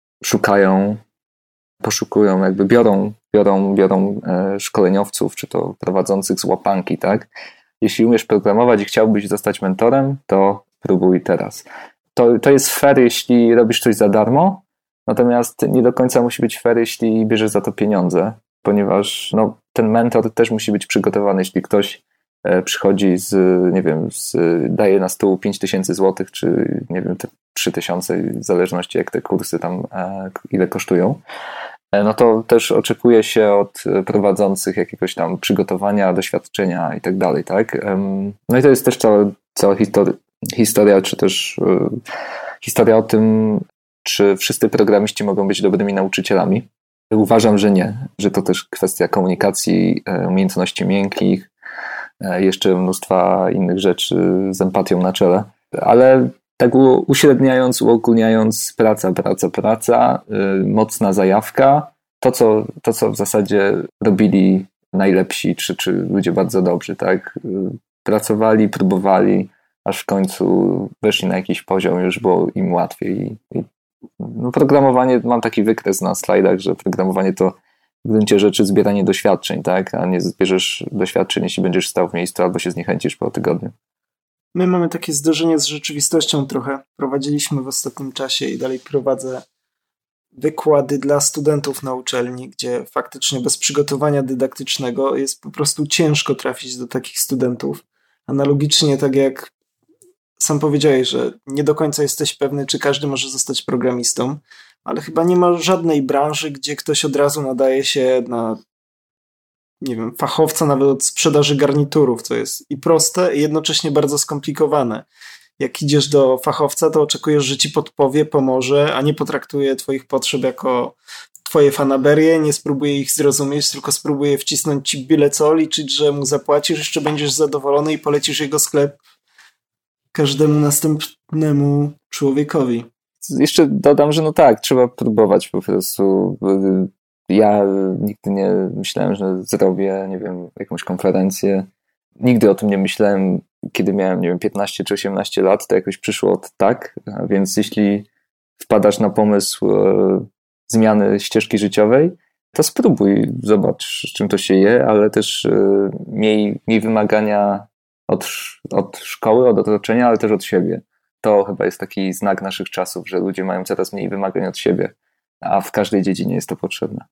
poszukują, jakby biorą szkoleniowców, czy to prowadzących z łapanki, tak? Jeśli umiesz programować i chciałbyś zostać mentorem, to próbuj teraz. To jest fair, jeśli robisz coś za darmo, natomiast nie do końca musi być fair, jeśli bierzesz za to pieniądze, ponieważ ten mentor też musi być przygotowany, jeśli ktoś przychodzi daje na stół 5000 złotych, czy nie wiem, te 3000, w zależności jak te kursy tam ile kosztują, no to też oczekuje się od prowadzących jakiegoś tam przygotowania, doświadczenia i tak dalej, tak? No i to jest też cała historia, czy też historia o tym, czy wszyscy programiści mogą być dobrymi nauczycielami. Uważam, że nie, że to też kwestia komunikacji, umiejętności miękkich, jeszcze mnóstwa innych rzeczy z empatią na czele, ale tak uśredniając, uogólniając, praca, mocna zajawka, to co w zasadzie robili najlepsi, czy ludzie bardzo dobrzy, tak? Pracowali, próbowali, aż w końcu weszli na jakiś poziom, już było im łatwiej. No, programowanie, mam taki wykres na slajdach, że programowanie to w gruncie rzeczy zbieranie doświadczeń, tak? A nie zbierzesz doświadczeń, jeśli będziesz stał w miejscu albo się zniechęcisz po tygodniu. My mamy takie zderzenie z rzeczywistością trochę. Prowadziliśmy w ostatnim czasie i dalej prowadzę wykłady dla studentów na uczelni, gdzie faktycznie bez przygotowania dydaktycznego jest po prostu ciężko trafić do takich studentów. Analogicznie, tak jak sam powiedziałeś, że nie do końca jesteś pewny, czy każdy może zostać programistą, ale chyba nie ma żadnej branży, gdzie ktoś od razu nadaje się na, nie wiem, fachowca nawet od sprzedaży garniturów, co jest i proste, i jednocześnie bardzo skomplikowane. Jak idziesz do fachowca, to oczekujesz, że ci podpowie, pomoże, a nie potraktuje twoich potrzeb jako twoje fanaberie, nie spróbuje ich zrozumieć, tylko spróbuje wcisnąć ci byle co, liczyć, że mu zapłacisz, jeszcze będziesz zadowolony i polecisz jego sklep każdemu następnemu człowiekowi. Jeszcze dodam, że no tak, trzeba próbować po prostu. Ja nigdy nie myślałem, że zrobię, nie wiem, jakąś konferencję. Nigdy o tym nie myślałem, kiedy miałem, nie wiem, 15 czy 18 lat, to jakoś przyszło od tak, więc jeśli wpadasz na pomysł zmiany ścieżki życiowej, to spróbuj, zobacz, z czym to się je, ale też miej wymagania od szkoły, od otoczenia, ale też od siebie. To chyba jest taki znak naszych czasów, że ludzie mają coraz mniej wymagań od siebie, a w każdej dziedzinie jest to potrzebne.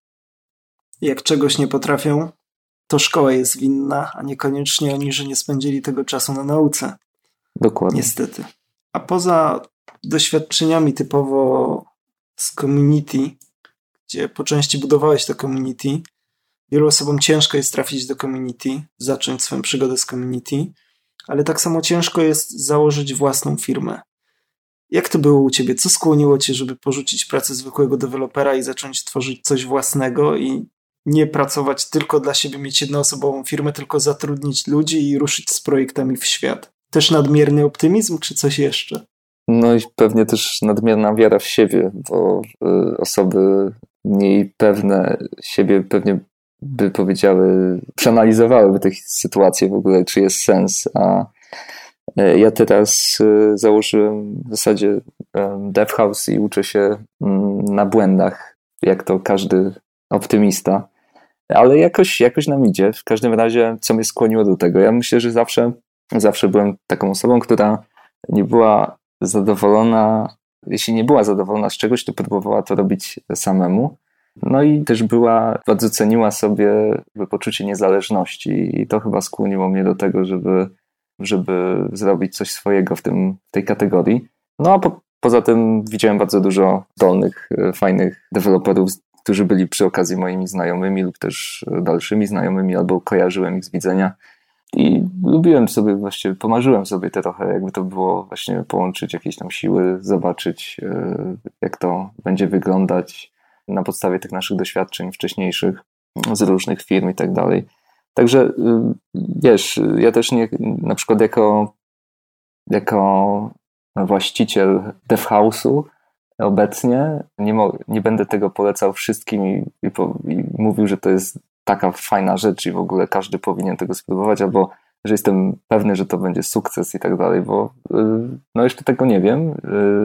Jak czegoś nie potrafią, to szkoła jest winna, a niekoniecznie oni, że nie spędzili tego czasu na nauce. Dokładnie. Niestety. A poza doświadczeniami typowo z community, gdzie po części budowałeś to community, wielu osobom ciężko jest trafić do community, zacząć swoją przygodę z community, ale tak samo ciężko jest założyć własną firmę. Jak to było u ciebie? Co skłoniło cię, żeby porzucić pracę zwykłego dewelopera i zacząć tworzyć coś własnego i nie pracować tylko dla siebie, mieć jednoosobową firmę, tylko zatrudnić ludzi i ruszyć z projektami w świat? Też nadmierny optymizm, czy coś jeszcze? No i pewnie też nadmierna wiara w siebie, bo osoby mniej pewne siebie pewnie by powiedziały, przeanalizowałyby tę sytuację w ogóle, czy jest sens, a ja teraz założyłem w zasadzie DevHouse i uczę się na błędach, jak to każdy optymista, ale jakoś nam idzie. W każdym razie, co mnie skłoniło do tego? Ja myślę, że zawsze byłem taką osobą, która nie była zadowolona, jeśli nie była zadowolona z czegoś, to próbowała to robić samemu. No i też bardzo ceniła sobie poczucie niezależności i to chyba skłoniło mnie do tego, żeby zrobić coś swojego w tej kategorii. No a poza tym widziałem bardzo dużo zdolnych, fajnych deweloperów, którzy byli przy okazji moimi znajomymi lub też dalszymi znajomymi, albo kojarzyłem ich z widzenia. I lubiłem sobie, właściwie pomarzyłem sobie trochę, jakby to było właśnie połączyć jakieś tam siły, zobaczyć jak to będzie wyglądać na podstawie tych naszych doświadczeń wcześniejszych z różnych firm i tak dalej. Także wiesz, ja też nie, na przykład jako właściciel DevHouse'u obecnie nie będę tego polecał wszystkim i mówił, że to jest taka fajna rzecz i w ogóle każdy powinien tego spróbować, albo że jestem pewny, że to będzie sukces i tak dalej, bo no jeszcze tego nie wiem.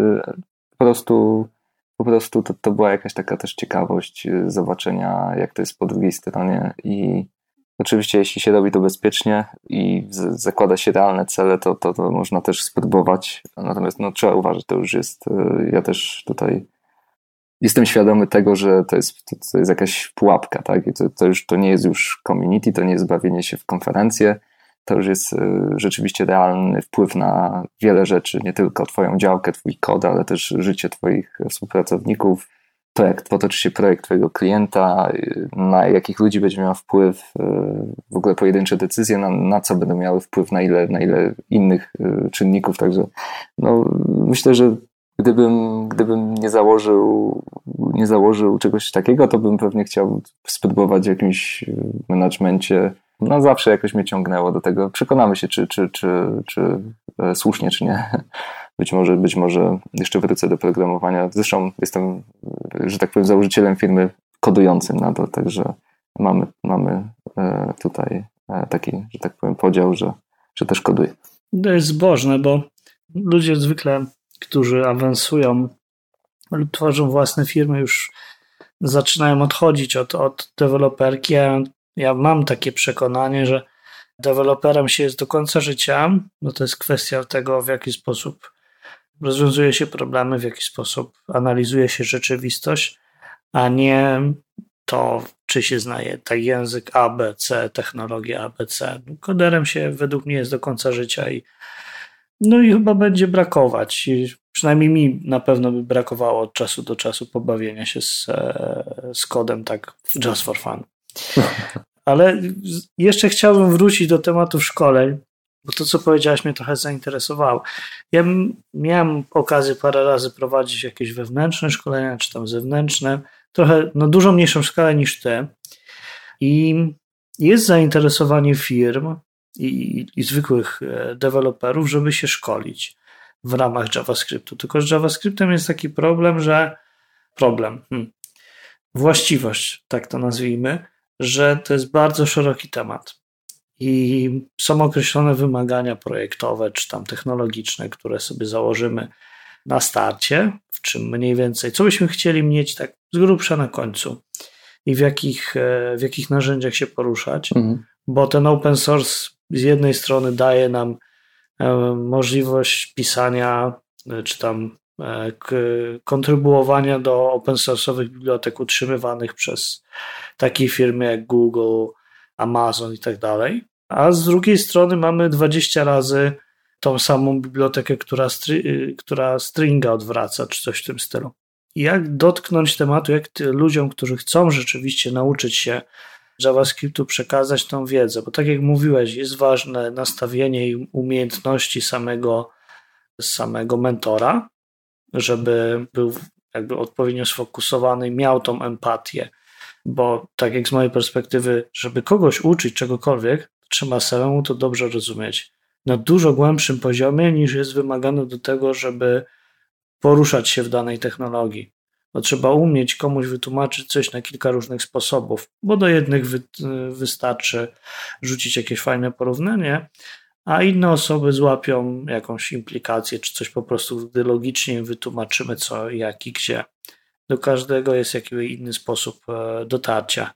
Po prostu to była jakaś taka też ciekawość zobaczenia, jak to jest po drugiej stronie i oczywiście jeśli się robi to bezpiecznie i zakłada się realne cele, to można też spróbować, natomiast no, trzeba uważać, to już jest, ja też tutaj jestem świadomy tego, że to jest jakaś pułapka, tak? I to nie jest już community, to nie jest bawienie się w konferencje, to już jest rzeczywiście realny wpływ na wiele rzeczy, nie tylko twoją działkę, twój kod, ale też życie twoich współpracowników, potoczy się projekt twojego klienta, na jakich ludzi będzie miał wpływ, w ogóle pojedyncze decyzje, na co będą miały wpływ, na ile innych czynników, także myślę, że gdybym nie założył czegoś takiego, to bym pewnie chciał spróbować w jakimś managemencie. Zawsze jakoś mnie ciągnęło do tego. Przekonamy się, czy słusznie, czy nie. Być może jeszcze wrócę do programowania. Zresztą jestem, że tak powiem, założycielem firmy kodującym nadal, także mamy tutaj taki, że tak powiem, podział, że też koduję. To jest zbożne, bo ludzie zwykle, którzy awansują lub tworzą własne firmy, już zaczynają odchodzić od deweloperki. Ja mam takie przekonanie, że deweloperem się jest do końca życia. To jest kwestia tego, w jaki sposób rozwiązuje się problemy, w jaki sposób analizuje się rzeczywistość, a nie to, czy się znaje tak język A, B, C, technologia A, B, C. Koderem się według mnie jest do końca życia i chyba będzie brakować. Przynajmniej mi na pewno by brakowało od czasu do czasu pobawienia się z kodem tak just for fun. Ale jeszcze chciałbym wrócić do tematów szkoleń, bo to, co powiedziałaś, mnie trochę zainteresowało. Ja miałem okazję parę razy prowadzić jakieś wewnętrzne szkolenia, czy tam zewnętrzne, trochę, dużo mniejszą skalę niż ty. I jest zainteresowanie firm i zwykłych deweloperów, żeby się szkolić w ramach JavaScriptu. Tylko z JavaScriptem jest taki właściwość, tak to nazwijmy, że to jest bardzo szeroki temat i są określone wymagania projektowe czy tam technologiczne, które sobie założymy na starcie, w czym mniej więcej, co byśmy chcieli mieć tak z grubsza na końcu i w jakich narzędziach się poruszać, bo ten open source z jednej strony daje nam możliwość pisania czy tam kontrybuowania do open source'owych bibliotek utrzymywanych przez takie firmy jak Google, Amazon i tak dalej, a z drugiej strony mamy 20 razy tą samą bibliotekę, która stringa odwraca, czy coś w tym stylu. I jak dotknąć tematu, jak ludziom, którzy chcą rzeczywiście nauczyć się JavaScriptu, przekazać tą wiedzę, bo tak jak mówiłeś, jest ważne nastawienie i umiejętności samego mentora, żeby był jakby odpowiednio sfokusowany i miał tą empatię, bo tak jak z mojej perspektywy, żeby kogoś uczyć czegokolwiek, trzeba samemu to dobrze rozumieć na dużo głębszym poziomie niż jest wymagane do tego, żeby poruszać się w danej technologii. Bo trzeba umieć komuś wytłumaczyć coś na kilka różnych sposobów, bo do jednych wystarczy rzucić jakieś fajne porównanie, a inne osoby złapią jakąś implikację czy coś po prostu, gdy logicznie im wytłumaczymy co, jak i gdzie. Do każdego jest jakiś inny sposób dotarcia.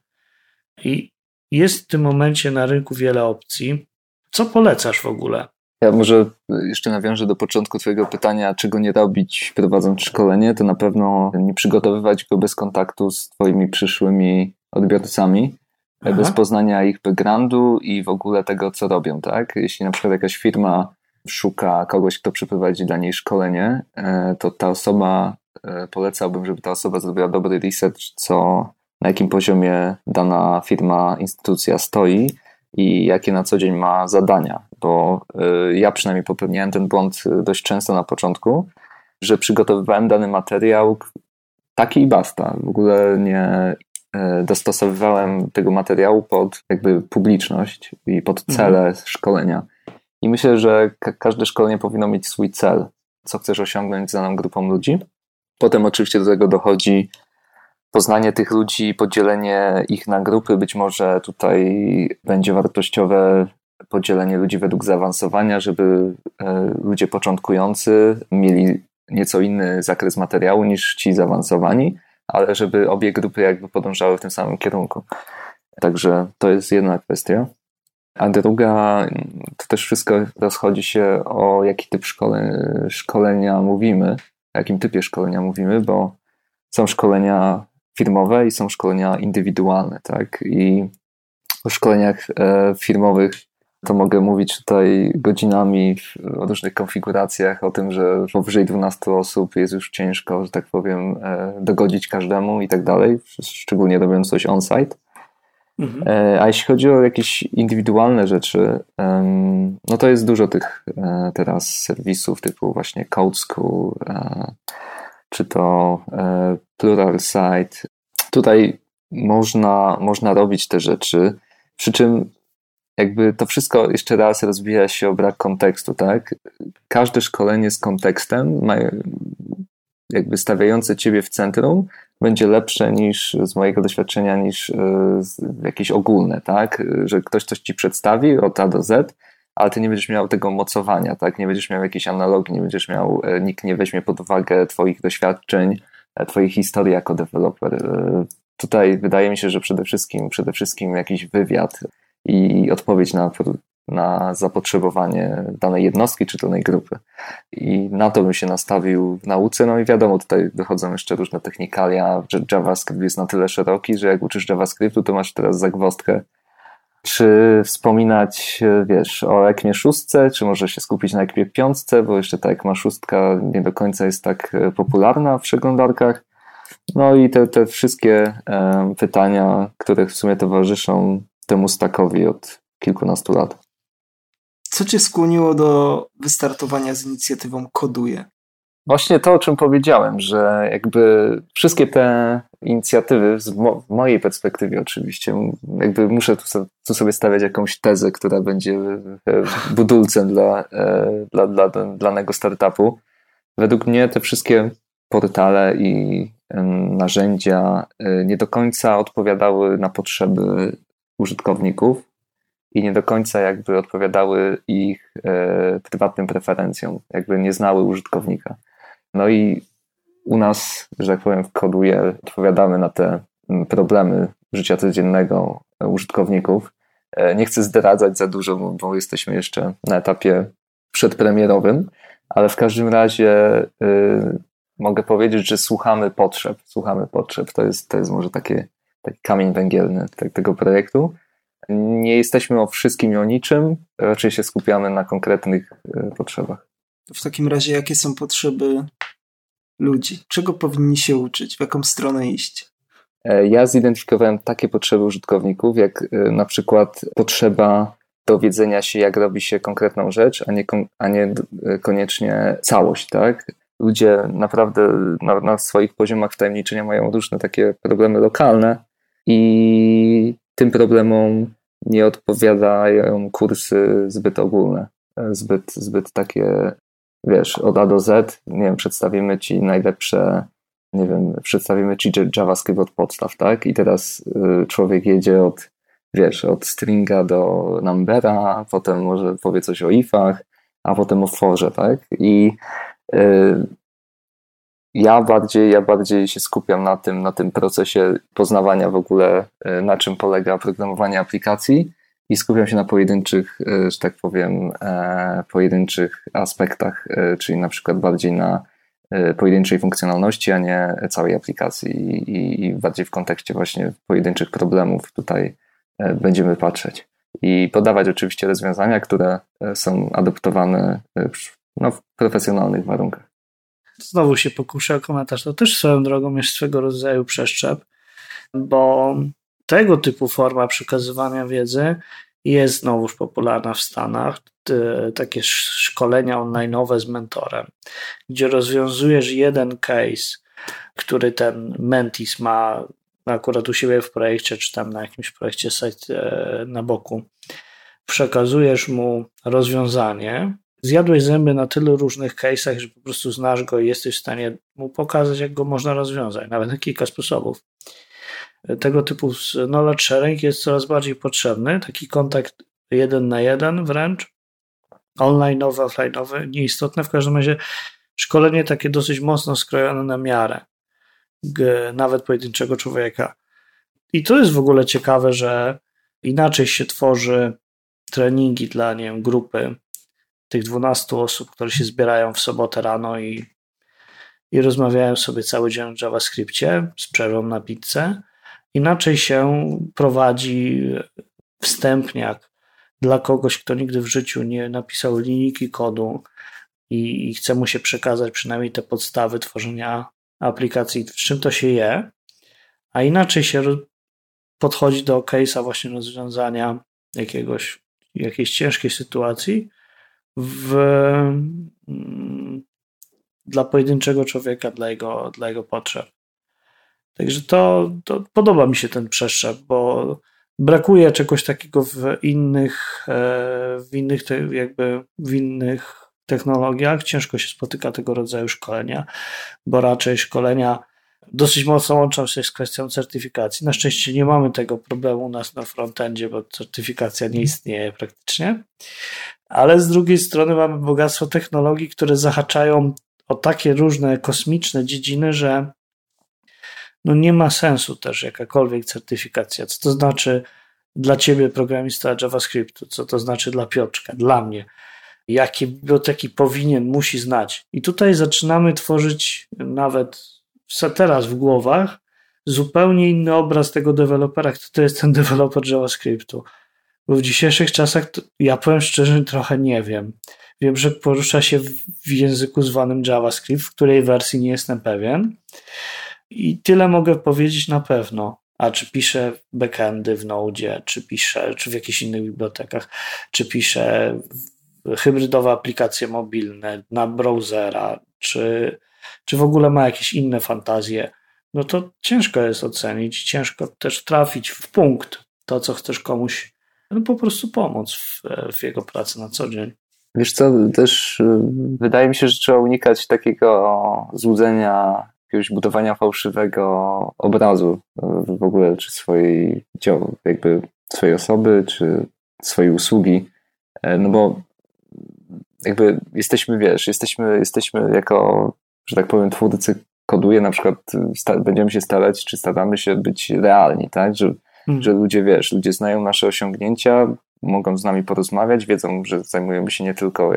I jest w tym momencie na rynku wiele opcji. Co polecasz w ogóle? Ja może jeszcze nawiążę do początku twojego pytania, czego nie robić prowadząc szkolenie, to na pewno nie przygotowywać go bez kontaktu z twoimi przyszłymi odbiorcami, bez poznania ich backgroundu i w ogóle tego, co robią, tak? Jeśli na przykład jakaś firma szuka kogoś, kto przeprowadzi dla niej szkolenie, to ta osoba, polecałbym, żeby ta osoba zrobiła dobry research, na jakim poziomie dana firma, instytucja stoi i jakie na co dzień ma zadania, bo ja przynajmniej popełniałem ten błąd dość często na początku, że przygotowywałem dany materiał taki i basta. W ogóle nie dostosowywałem tego materiału pod jakby publiczność i pod cele szkolenia. I myślę, że każde szkolenie powinno mieć swój cel, co chcesz osiągnąć z daną grupą ludzi. Potem oczywiście do tego dochodzi poznanie tych ludzi, podzielenie ich na grupy. Być może tutaj będzie wartościowe podzielenie ludzi według zaawansowania, żeby ludzie początkujący mieli nieco inny zakres materiału niż ci zaawansowani, ale żeby obie grupy jakby podążały w tym samym kierunku. Także to jest jedna kwestia. A druga, to też wszystko rozchodzi się o jaki typ szkolenia mówimy, o jakim typie szkolenia mówimy, bo są szkolenia firmowe i są szkolenia indywidualne, tak? I w szkoleniach firmowych To mogę mówić tutaj godzinami o różnych konfiguracjach, o tym, że powyżej 12 osób jest już ciężko, że tak powiem, dogodzić każdemu i tak dalej, szczególnie robiąc coś on-site. A jeśli chodzi o jakieś indywidualne rzeczy, no to jest dużo tych teraz serwisów typu właśnie Code School, czy to Pluralsight. Tutaj można robić te rzeczy, przy czym jakby to wszystko jeszcze raz rozbija się o brak kontekstu, tak? Każde szkolenie z kontekstem, jakby stawiające ciebie w centrum, będzie lepsze niż z mojego doświadczenia, niż jakieś ogólne, tak? Że ktoś coś ci przedstawi od A do Z, ale ty nie będziesz miał tego mocowania, tak? Nie będziesz miał jakiejś analogii, nie będziesz miał, nikt nie weźmie pod uwagę twoich doświadczeń, twojej historii jako deweloper. Tutaj wydaje mi się, że przede wszystkim jakiś wywiad i odpowiedź na zapotrzebowanie danej jednostki czy danej grupy. I na to bym się nastawił w nauce. No i wiadomo, tutaj dochodzą jeszcze różne technikalia, że JavaScript jest na tyle szeroki, że jak uczysz JavaScriptu, to masz teraz zagwozdkę, czy wspominać, wiesz, o ECMie 6, czy może się skupić na ECMie 5, bo jeszcze ta ECMA 6 nie do końca jest tak popularna w przeglądarkach. No i te wszystkie pytania, które w sumie towarzyszą temu stackowi od kilkunastu lat. Co cię skłoniło do wystartowania z inicjatywą Koduję? Właśnie to, o czym powiedziałem, że jakby wszystkie te inicjatywy, z mojej perspektywy oczywiście, jakby muszę tu sobie stawiać jakąś tezę, która będzie budulcem dla danego startupu. Według mnie te wszystkie portale i narzędzia nie do końca odpowiadały na potrzeby użytkowników i nie do końca jakby odpowiadały ich prywatnym preferencjom, jakby nie znały użytkownika. No i u nas, że tak powiem, w Koduję odpowiadamy na te problemy życia codziennego użytkowników. Nie chcę zdradzać za dużo, bo jesteśmy jeszcze na etapie przedpremierowym, ale w każdym razie mogę powiedzieć, że słuchamy potrzeb. To jest może taki kamień węgielny tego projektu. Nie jesteśmy o wszystkim i o niczym, raczej się skupiamy na konkretnych potrzebach. W takim razie jakie są potrzeby ludzi? Czego powinni się uczyć? W jaką stronę iść? Ja zidentyfikowałem takie potrzeby użytkowników, jak na przykład potrzeba dowiedzenia się, jak robi się konkretną rzecz, a nie koniecznie całość, tak? Ludzie naprawdę na swoich poziomach wtajemniczenia mają różne takie problemy lokalne i tym problemom nie odpowiadają kursy zbyt ogólne, zbyt takie, wiesz, od A do Z, nie wiem, przedstawimy ci najlepsze, nie wiem, przedstawimy ci JavaScript od podstaw, tak? I teraz człowiek jedzie od stringa do numbera, potem może powie coś o ifach, a potem o forze, tak? I ja bardziej się skupiam na tym procesie poznawania w ogóle, na czym polega programowanie aplikacji i skupiam się na pojedynczych, że tak powiem, pojedynczych aspektach, czyli na przykład bardziej na pojedynczej funkcjonalności, a nie całej aplikacji i bardziej w kontekście właśnie pojedynczych problemów tutaj będziemy patrzeć i podawać oczywiście rozwiązania, które są adoptowane w profesjonalnych warunkach. Znowu się pokuszę o komentarz. To też swoją drogą jest swego rodzaju przeszczep, bo tego typu forma przekazywania wiedzy jest znowuż popularna w Stanach. Takie szkolenia online'owe z mentorem, gdzie rozwiązujesz jeden case, który ten mentis ma akurat u siebie w projekcie, czy tam na jakimś projekcie site na boku. Przekazujesz mu rozwiązanie, zjadłeś zęby na tylu różnych case'ach, że po prostu znasz go i jesteś w stanie mu pokazać, jak go można rozwiązać, nawet na kilka sposobów. Tego typu knowledge sharing jest coraz bardziej potrzebny, taki kontakt 1 na 1 wręcz, online'owy, offline'owy, nieistotne, w każdym razie szkolenie takie dosyć mocno skrojone na miarę nawet pojedynczego człowieka. I to jest w ogóle ciekawe, że inaczej się tworzy treningi dla, nie wiem, grupy tych 12 osób, które się zbierają w sobotę rano i rozmawiają sobie cały dzień o JavaScriptie z przerwą na pizzę. Inaczej się prowadzi wstępniak dla kogoś, kto nigdy w życiu nie napisał linijki kodu i chce mu się przekazać przynajmniej te podstawy tworzenia aplikacji, w czym to się je, a inaczej się podchodzi do case'a właśnie rozwiązania jakiejś ciężkiej sytuacji dla pojedynczego człowieka, dla jego potrzeb. Także to podoba mi się ten przeszczep, bo brakuje czegoś takiego w innych technologiach. Ciężko się spotyka tego rodzaju szkolenia, bo raczej szkolenia dosyć mocno łączą się z kwestią certyfikacji. Na szczęście nie mamy tego problemu u nas na frontendzie, bo certyfikacja nie istnieje praktycznie. Ale z drugiej strony mamy bogactwo technologii, które zahaczają o takie różne kosmiczne dziedziny, że nie ma sensu też jakakolwiek certyfikacja. Co to znaczy dla ciebie, programista JavaScriptu? Co to znaczy dla Piotrka? Dla mnie? Jakie biblioteki musi znać? I tutaj zaczynamy tworzyć nawet teraz w głowach zupełnie inny obraz tego dewelopera, kto to jest ten deweloper JavaScriptu. Bo w dzisiejszych czasach, ja powiem szczerze, trochę nie wiem. Wiem, że porusza się w języku zwanym JavaScript, w której wersji nie jestem pewien. I tyle mogę powiedzieć na pewno. A czy piszę backendy w Node, czy w jakichś innych bibliotekach, czy piszę hybrydowe aplikacje mobilne na browsera, czy w ogóle ma jakieś inne fantazje, to ciężko jest ocenić, ciężko też trafić w punkt to, co chcesz komuś po prostu pomóc w jego pracy na co dzień. Wiesz co, też wydaje mi się, że trzeba unikać takiego złudzenia, jakiegoś budowania fałszywego obrazu w ogóle, czy swojej osoby, czy swojej usługi, bo jesteśmy jako, że tak powiem, twórcy koduje, na przykład będziemy się starać, czy staramy się być realni, tak, że ludzie znają nasze osiągnięcia, mogą z nami porozmawiać, wiedzą, że zajmujemy się nie tylko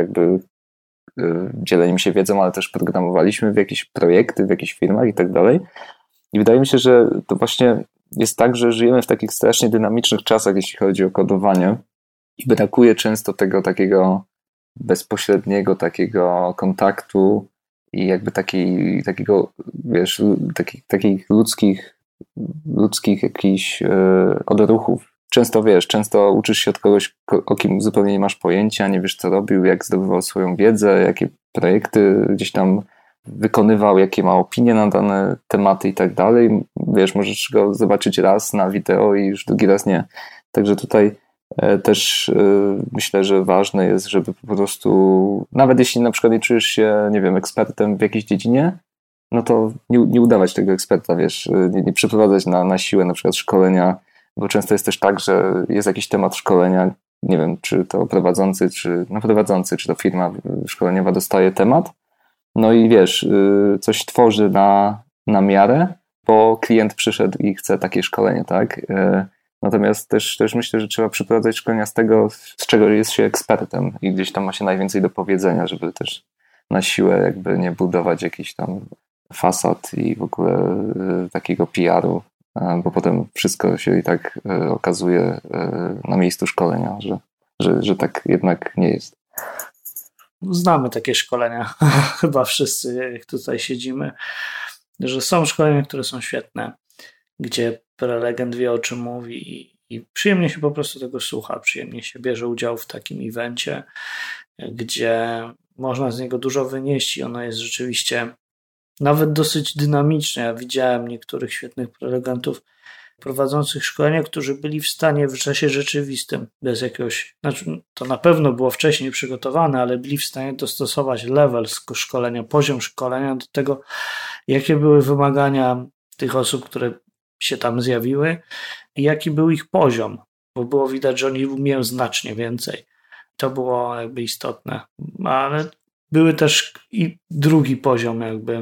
dzieleniem się wiedzą, ale też programowaliśmy w jakieś projekty, w jakichś firmach i tak dalej. I wydaje mi się, że to właśnie jest tak, że żyjemy w takich strasznie dynamicznych czasach, jeśli chodzi o kodowanie i brakuje często tego takiego bezpośredniego takiego kontaktu i takiego, wiesz, takich ludzkich jakichś odruchów. Często uczysz się od kogoś, o kim zupełnie nie masz pojęcia, nie wiesz co robił, jak zdobywał swoją wiedzę, jakie projekty gdzieś tam wykonywał, jakie ma opinie na dane tematy i tak dalej. Wiesz, możesz go zobaczyć raz na wideo i już drugi raz nie. Także tutaj też myślę, że ważne jest, żeby po prostu, nawet jeśli na przykład nie czujesz się, nie wiem, ekspertem w jakiejś dziedzinie, to nie udawać tego eksperta, wiesz, nie przeprowadzać na siłę na przykład szkolenia, bo często jest też tak, że jest jakiś temat szkolenia, nie wiem, czy to prowadzący, czy to firma szkoleniowa dostaje temat, i wiesz, coś tworzy na miarę, bo klient przyszedł i chce takie szkolenie, tak? Natomiast też myślę, że trzeba przeprowadzać szkolenia z tego, z czego jest się ekspertem i gdzieś tam ma się najwięcej do powiedzenia, żeby też na siłę nie budować jakichś tam fasad i w ogóle takiego PR-u, bo potem wszystko się i tak okazuje na miejscu szkolenia, że tak jednak nie jest. Znamy takie szkolenia, chyba wszyscy, jak tutaj siedzimy, że są szkolenia, które są świetne, gdzie prelegent wie, o czym mówi i przyjemnie się po prostu tego słucha, przyjemnie się bierze udział w takim evencie, gdzie można z niego dużo wynieść i ono jest rzeczywiście nawet dosyć dynamiczne. Ja widziałem niektórych świetnych prelegentów prowadzących szkolenia, którzy byli w stanie w czasie rzeczywistym, bez jakiegoś, to na pewno było wcześniej przygotowane, ale byli w stanie dostosować level szkolenia, poziom szkolenia do tego, jakie były wymagania tych osób, które się tam zjawiły i jaki był ich poziom, bo było widać, że oni umieją znacznie więcej. To było istotne, ale były też i drugi poziom,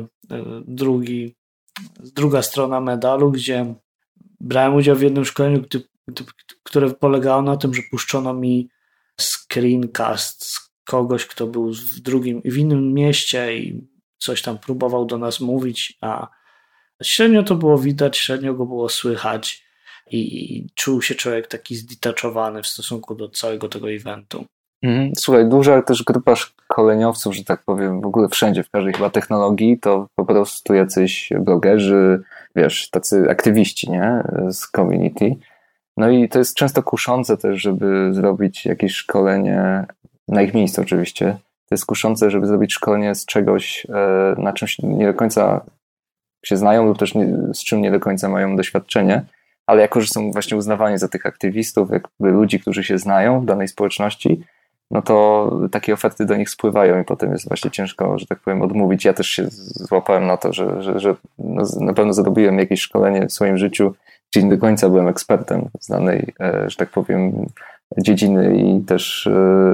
druga strona medalu, gdzie brałem udział w jednym szkoleniu, które polegało na tym, że puszczono mi screencast z kogoś, kto był w innym mieście i coś tam próbował do nas mówić, a średnio to było widać, średnio go było słychać. i czuł się człowiek taki zdetaczowany w stosunku do całego tego eventu. Słuchaj, duża też grupa szkoleniowców, że tak powiem, w ogóle wszędzie, w każdej chyba technologii, to po prostu jacyś blogerzy, wiesz, tacy aktywiści, nie, z community. No i to jest często kuszące też, żeby zrobić jakieś szkolenie, na ich miejscu oczywiście, to jest kuszące, żeby zrobić szkolenie z czegoś, na czymś nie do końca się znają lub też z czym nie do końca mają doświadczenie, ale jako, że są właśnie uznawani za tych aktywistów, jakby ludzi, którzy się znają w danej społeczności, no to takie oferty do nich spływają i potem jest właśnie ciężko, że tak powiem, odmówić. Ja też się złapałem na to, że no, na pewno zrobiłem jakieś szkolenie w swoim życiu, gdzie nie do końca byłem ekspertem z danej, że tak powiem, dziedziny i też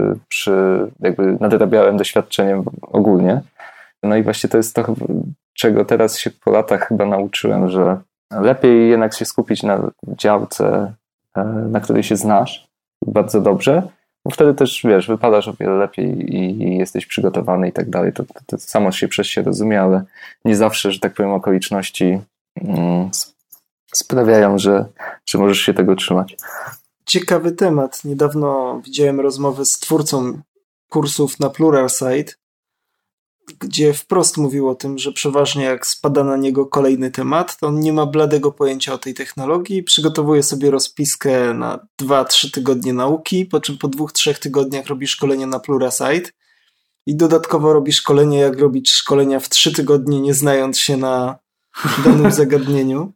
jakby nadrabiałem doświadczeniem ogólnie. No i właśnie to jest to, czego teraz się po latach chyba nauczyłem, że lepiej jednak się skupić na działce, na której się znasz bardzo dobrze, bo wtedy też, wiesz, wypadasz o wiele lepiej i jesteś przygotowany i tak dalej. To samo się przez się rozumie, ale nie zawsze, że tak powiem, okoliczności sprawiają, że możesz się tego trzymać. Ciekawy temat. Niedawno widziałem rozmowę z twórcą kursów na Pluralsight, gdzie wprost mówił o tym, że przeważnie jak spada na niego kolejny temat, to on nie ma bladego pojęcia o tej technologii, przygotowuje sobie rozpiskę na 2-3 tygodnie nauki, po czym po 2-3 tygodniach robi szkolenie na Pluralsight i dodatkowo robi szkolenie, jak robić szkolenia w 3 tygodnie, nie znając się na danym zagadnieniu.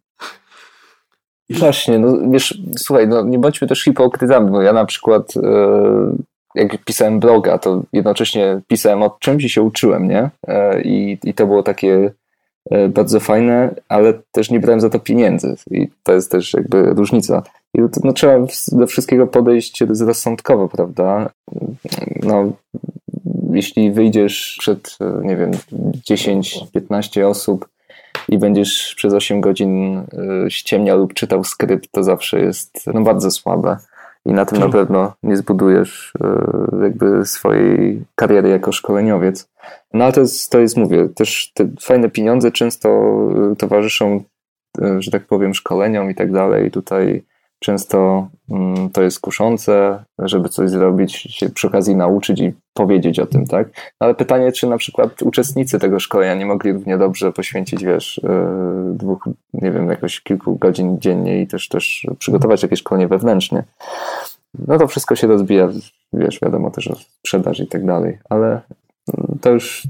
Właśnie, no wiesz, słuchaj, no nie bądźmy też hipokrytami, bo ja na przykład jak pisałem bloga, to jednocześnie pisałem o czymś i się uczyłem, nie? I to było takie bardzo fajne, ale też nie brałem za to pieniędzy i to jest też jakby różnica. I no, trzeba do wszystkiego podejść rozsądkowo, prawda? No, jeśli wyjdziesz przed, nie wiem, 10-15 osób i będziesz przez 8 godzin ściemniał lub czytał skrypt, to zawsze jest no, bardzo słabe. I na tym na pewno nie zbudujesz jakby swojej kariery jako szkoleniowiec. No ale to jest mówię, też te fajne pieniądze często towarzyszą, że tak powiem, szkoleniom i tak dalej. Tutaj często to jest kuszące, żeby coś zrobić, się przy okazji nauczyć i powiedzieć o tym, tak? Ale pytanie, czy na przykład uczestnicy tego szkolenia nie mogli równie dobrze poświęcić, wiesz, 2, nie wiem, jakoś kilku godzin dziennie i też przygotować jakieś szkolenie wewnętrznie. No to wszystko się rozbija, wiesz, wiadomo też o sprzedaż i tak dalej, ale to już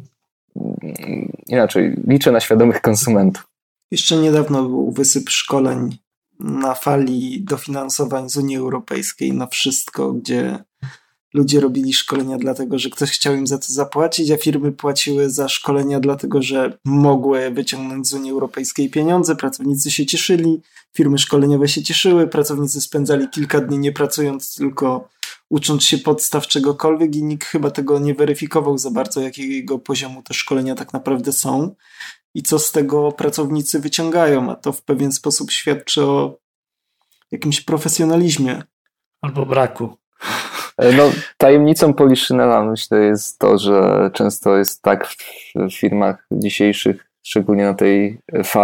inaczej, liczę na świadomych konsumentów. Jeszcze niedawno był wysyp szkoleń na fali dofinansowań z Unii Europejskiej na wszystko, gdzie ludzie robili szkolenia dlatego, że ktoś chciał im za to zapłacić, a firmy płaciły za szkolenia dlatego, że mogły wyciągnąć z Unii Europejskiej pieniądze, pracownicy się cieszyli, firmy szkoleniowe się cieszyły, pracownicy spędzali kilka dni nie pracując, tylko ucząc się podstaw czegokolwiek i nikt chyba tego nie weryfikował za bardzo, jakiego poziomu te szkolenia tak naprawdę są i co z tego pracownicy wyciągają, a to w pewien sposób świadczy o jakimś profesjonalizmie. Albo braku. No, tajemnicą Poliszynela myślę jest to, że często jest tak w firmach dzisiejszych, szczególnie na tej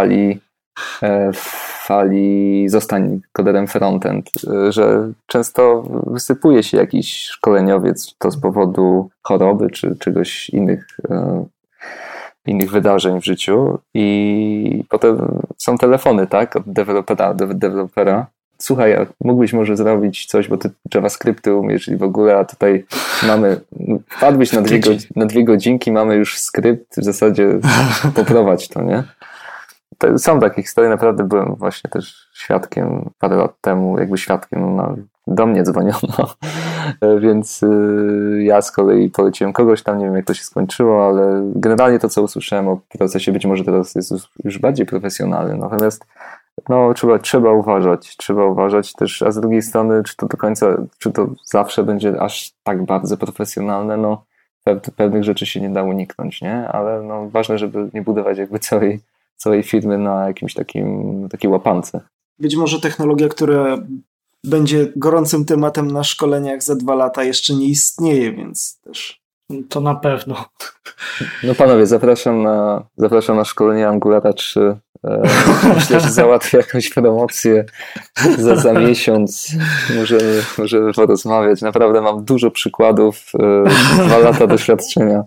fali zostań koderem frontend, że często wysypuje się jakiś szkoleniowiec, to z powodu choroby czy czegoś innych wydarzeń w życiu i potem są telefony, tak, od dewelopera. Słuchaj, mógłbyś może zrobić coś, bo ty JavaScripty umiesz i w ogóle, a tutaj wpadłbyś na 2 godzinki, mamy już skrypt, w zasadzie poprowadź to, nie? Są takie historie, naprawdę byłem właśnie też świadkiem parę lat temu, do mnie dzwoniono, więc ja z kolei poleciłem kogoś tam, nie wiem jak to się skończyło, ale generalnie to, co usłyszałem o procesie, być może teraz jest już bardziej profesjonalny, natomiast no, trzeba uważać też, a z drugiej strony, czy to zawsze będzie aż tak bardzo profesjonalne, no pewnych rzeczy się nie da uniknąć, nie? Ale no, ważne, żeby nie budować jakby całej firmy na jakimś takiej łapance. Być może technologia, która będzie gorącym tematem na szkoleniach za 2 lata jeszcze nie istnieje, więc też To na pewno. No panowie, zapraszam na szkolenie Angulara 3. Myślę, że załatwię jakąś promocję za miesiąc. Możemy porozmawiać. Naprawdę mam dużo przykładów, 2 lata doświadczenia.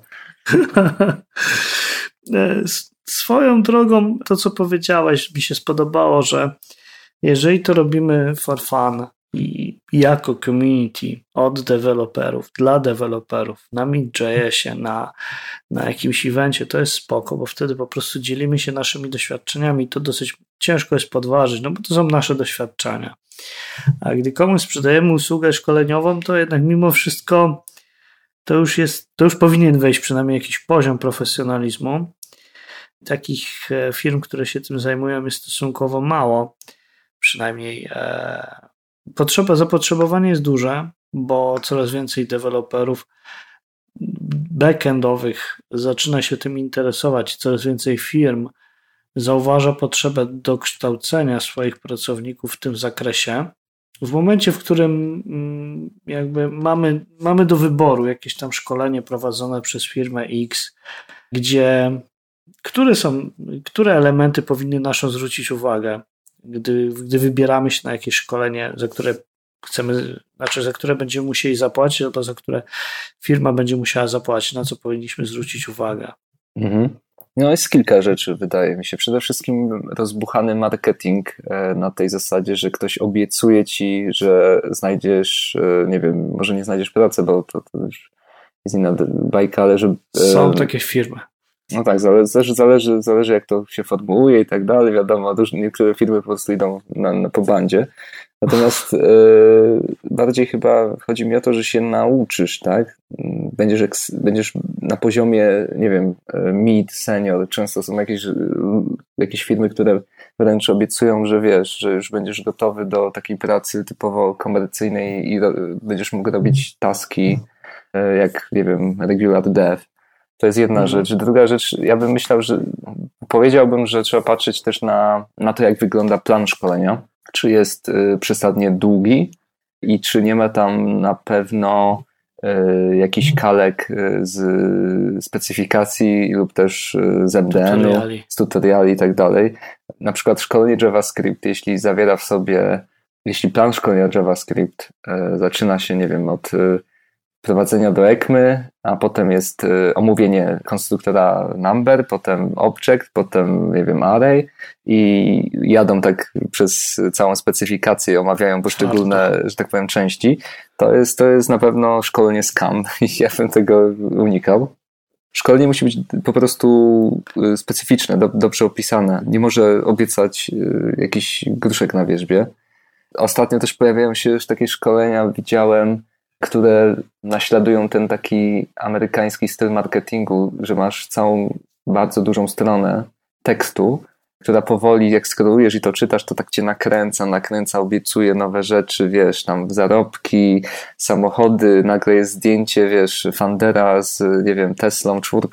Swoją drogą, to co powiedziałeś, mi się spodobało, że jeżeli to robimy for fun i jako community od deweloperów, dla deweloperów, na Mint.jsie, na jakimś evencie, to jest spoko, bo wtedy po prostu dzielimy się naszymi doświadczeniami i to dosyć ciężko jest podważyć, no bo to są nasze doświadczenia. A gdy komuś sprzedajemy usługę szkoleniową, to jednak mimo wszystko to już powinien wejść przynajmniej jakiś poziom profesjonalizmu. Takich firm, które się tym zajmują, jest stosunkowo mało. Przynajmniej zapotrzebowanie jest duże, bo coraz więcej deweloperów backendowych zaczyna się tym interesować. Coraz więcej firm zauważa potrzebę dokształcenia swoich pracowników w tym zakresie. W momencie, w którym jakby mamy do wyboru jakieś tam szkolenie prowadzone przez firmę X, które elementy powinny naszą zwrócić uwagę, gdy wybieramy się na jakieś szkolenie, za które będziemy musieli zapłacić, albo za które firma będzie musiała zapłacić, na co powinniśmy zwrócić uwagę. Mhm. No jest kilka rzeczy, wydaje mi się. Przede wszystkim rozbuchany marketing na tej zasadzie, że ktoś obiecuje ci, że znajdziesz, nie wiem, może nie znajdziesz pracy, bo to już jest inna bajka, ale że... Są takie firmy. No tak, zależy jak to się formułuje i tak dalej, wiadomo, niektóre firmy po prostu idą po bandzie. Natomiast bardziej chyba chodzi mi o to, że się nauczysz, tak? Będziesz na poziomie, nie wiem, mid, senior. Często są jakieś firmy, które wręcz obiecują, że wiesz, że już będziesz gotowy do takiej pracy typowo komercyjnej i będziesz mógł robić taski jak, nie wiem, regular dev. To jest jedna rzecz. Druga rzecz, ja bym myślał, że powiedziałbym, że trzeba patrzeć też na to, jak wygląda plan szkolenia. Czy jest przesadnie długi i czy nie ma tam na pewno jakichś kalek z specyfikacji lub też z MDN-u, z tutoriali i tak dalej. Na przykład szkolenie JavaScript, jeśli plan szkolenia JavaScript zaczyna się, nie wiem, od prowadzenia do ECMY, a potem jest omówienie konstruktora number, potem object, potem, nie wiem, array i jadą tak przez całą specyfikację i omawiają poszczególne, że tak powiem, części. To jest na pewno szkolenie scam i ja bym tego unikał. Szkolenie musi być po prostu specyficzne, dobrze opisane. Nie może obiecać jakiś gruszek na wierzbie. Ostatnio też pojawiają się już takie szkolenia, widziałem, które naśladują ten taki amerykański styl marketingu, że masz całą bardzo dużą stronę tekstu, która powoli, jak scrollujesz i to czytasz, to tak cię nakręca, obiecuje nowe rzeczy, wiesz, tam zarobki, samochody, nagle jest zdjęcie, wiesz, Fandera z, nie wiem, Teslą 4,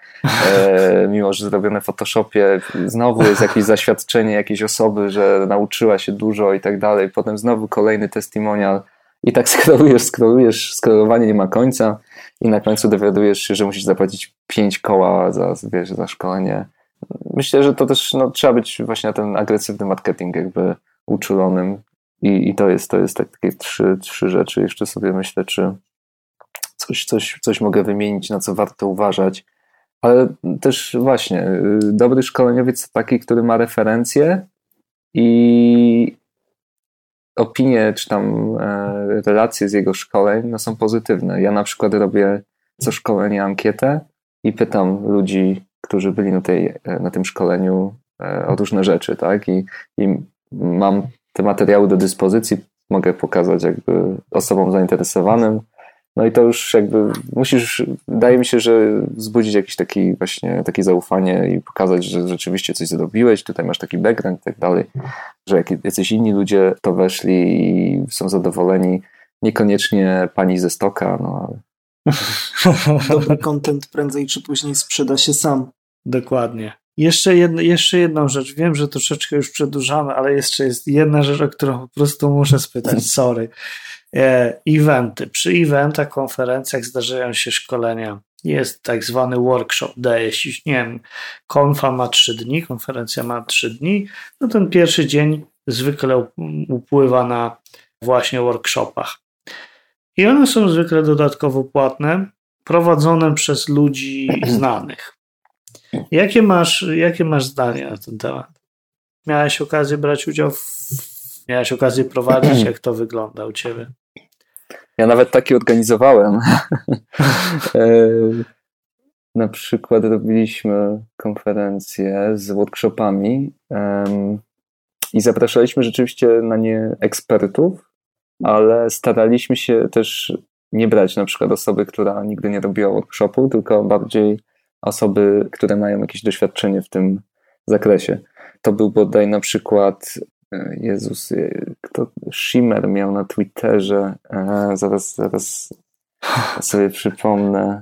mimo że zrobione w Photoshopie, znowu jest jakieś zaświadczenie jakiejś osoby, że nauczyła się dużo i tak dalej, potem znowu kolejny testimonial. I tak scrollujesz, scrollowanie nie ma końca i na końcu dowiadujesz się, że musisz zapłacić 5 koła za szkolenie. Myślę, że to też trzeba być właśnie na ten agresywny marketing jakby uczulonym i to jest takie trzy rzeczy. Jeszcze sobie myślę, czy coś mogę wymienić, na co warto uważać. Ale też właśnie dobry szkoleniowiec to taki, który ma referencje i opinie czy tam relacje z jego szkoleń są pozytywne. Ja na przykład robię co szkolenie ankietę i pytam ludzi, którzy byli na tym szkoleniu o różne rzeczy, tak? I mam te materiały do dyspozycji, mogę pokazać jakby osobom zainteresowanym. No i to już jakby wydaje mi się, że wzbudzić jakieś takie zaufanie i pokazać, że rzeczywiście coś zrobiłeś, tutaj masz taki background i tak dalej, że jacyś inni ludzie to weszli i są zadowoleni, niekoniecznie pani ze stoka, no ale... Dobry content prędzej czy później sprzeda się sam. Dokładnie. Jeszcze jedną rzecz. Wiem, że troszeczkę już przedłużamy, ale jeszcze jest jedna rzecz, o którą po prostu muszę spytać. Sorry. Eventy. Przy eventach, konferencjach zdarzają się szkolenia. Jest tak zwany workshop day. Jeśli, nie wiem, konfa ma 3 dni, konferencja ma 3 dni, no ten pierwszy dzień zwykle upływa na właśnie workshopach. I one są zwykle dodatkowo płatne, prowadzone przez ludzi znanych. Jakie masz zdanie na ten temat? Miałeś okazję brać udział miałeś okazję prowadzić? Jak to wygląda u ciebie? Ja nawet taki organizowałem. Na przykład robiliśmy konferencje z workshopami i zapraszaliśmy rzeczywiście na nie ekspertów, ale staraliśmy się też nie brać na przykład osoby, która nigdy nie robiła workshopu, tylko bardziej osoby, które mają jakieś doświadczenie w tym zakresie. To był bodaj na przykład kto Shimmer miał na Twitterze, zaraz sobie przypomnę.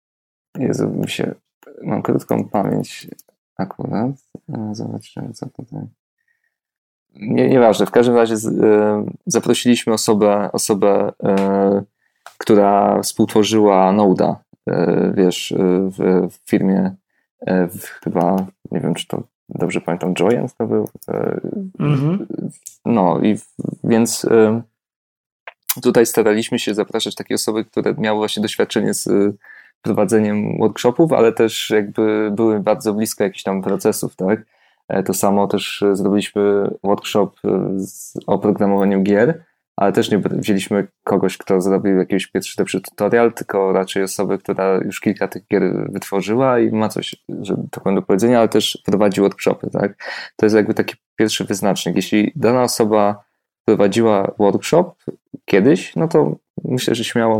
Mam krótką pamięć akurat. Zobaczymy, co tutaj. Nieważne, w każdym razie zaprosiliśmy osobę, która współtworzyła Node'a, w firmie, chyba, nie wiem, czy to dobrze pamiętam, Joyent to był. No i więc tutaj staraliśmy się zapraszać takie osoby, które miały właśnie doświadczenie z prowadzeniem workshopów, ale też jakby były bardzo blisko jakichś tam procesów, tak? To samo też zrobiliśmy workshop o programowaniu gier, ale też nie wzięliśmy kogoś, kto zrobił jakiś lepszy tutorial, tylko raczej osobę, która już kilka tych gier wytworzyła i ma coś, że tak powiem, do powiedzenia, ale też prowadzi workshopy, tak? To jest jakby taki pierwszy wyznacznik. Jeśli dana osoba prowadziła workshop kiedyś, no to myślę, że śmiało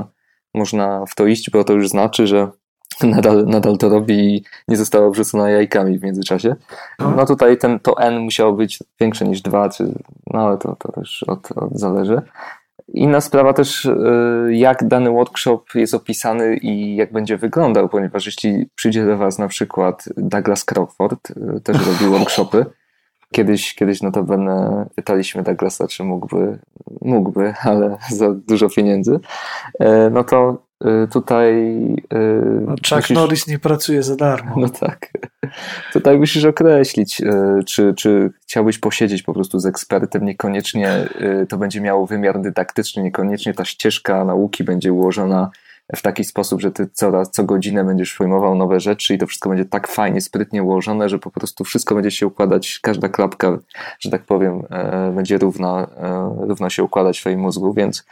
można w to iść, bo to już znaczy, że nadal to robi i nie została wrzucona jajkami w międzyczasie. No tutaj to N musiało być większe niż 2, no ale to też od zależy. Inna sprawa też, jak dany workshop jest opisany i jak będzie wyglądał, ponieważ jeśli przyjdzie do was na przykład Douglas Crockford, też robi workshopy. Kiedyś notabene pytaliśmy Douglasa, czy mógłby, ale za dużo pieniędzy. No to tutaj... Chuck Norris nie pracuje za darmo. No tak. Tutaj musisz określić, czy chciałbyś posiedzieć po prostu z ekspertem, niekoniecznie to będzie miało wymiar dydaktyczny, niekoniecznie ta ścieżka nauki będzie ułożona w taki sposób, że ty co godzinę będziesz pojmował nowe rzeczy i to wszystko będzie tak fajnie, sprytnie ułożone, że po prostu wszystko będzie się układać, każda klapka, że tak powiem, będzie równo się układać w twoim mózgu, więc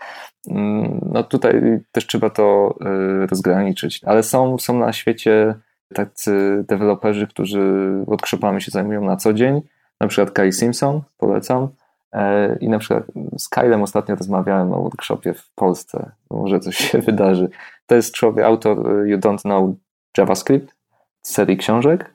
no tutaj też trzeba to rozgraniczyć. Ale są na świecie tacy deweloperzy, którzy workshopami się zajmują na co dzień, na przykład Kyle Simpson, polecam. I na przykład z Kylem ostatnio rozmawiałem o workshopie w Polsce. Może coś się wydarzy. To jest autor You Don't Know JavaScript z serii książek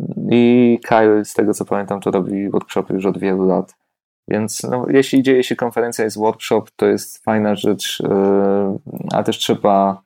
i Kyle, z tego co pamiętam, to robi workshopy już od wielu lat. Więc no, jeśli dzieje się konferencja, jest workshop, to jest fajna rzecz, a też trzeba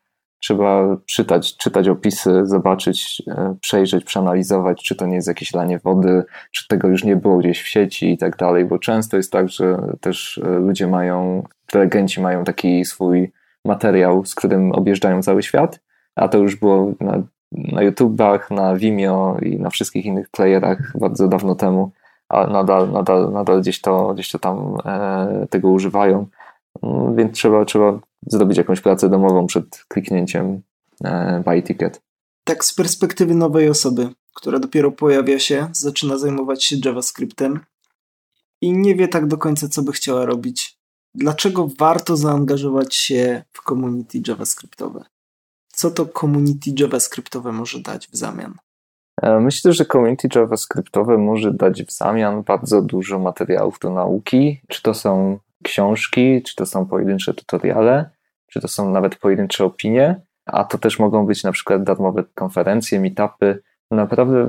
czytać opisy, zobaczyć, przejrzeć, przeanalizować, czy to nie jest jakieś lanie wody, czy tego już nie było gdzieś w sieci i tak dalej, bo często jest tak, że też ludzie prelegenci mają taki swój materiał, z którym objeżdżają cały świat, a to już było na YouTubach, na Vimeo i na wszystkich innych playerach bardzo dawno temu, a nadal gdzieś to tam tego używają, więc trzeba zrobić jakąś pracę domową przed kliknięciem buy ticket. Tak z perspektywy nowej osoby, która dopiero pojawia się, zaczyna zajmować się JavaScriptem i nie wie tak do końca, co by chciała robić. Dlaczego warto zaangażować się w community JavaScriptowe? Co to community JavaScriptowe może dać w zamian? Myślę, że community JavaScriptowe może dać w zamian bardzo dużo materiałów do nauki. Czy to są książki, czy to są pojedyncze tutoriale, czy to są nawet pojedyncze opinie, a to też mogą być na przykład darmowe konferencje, meetupy. Naprawdę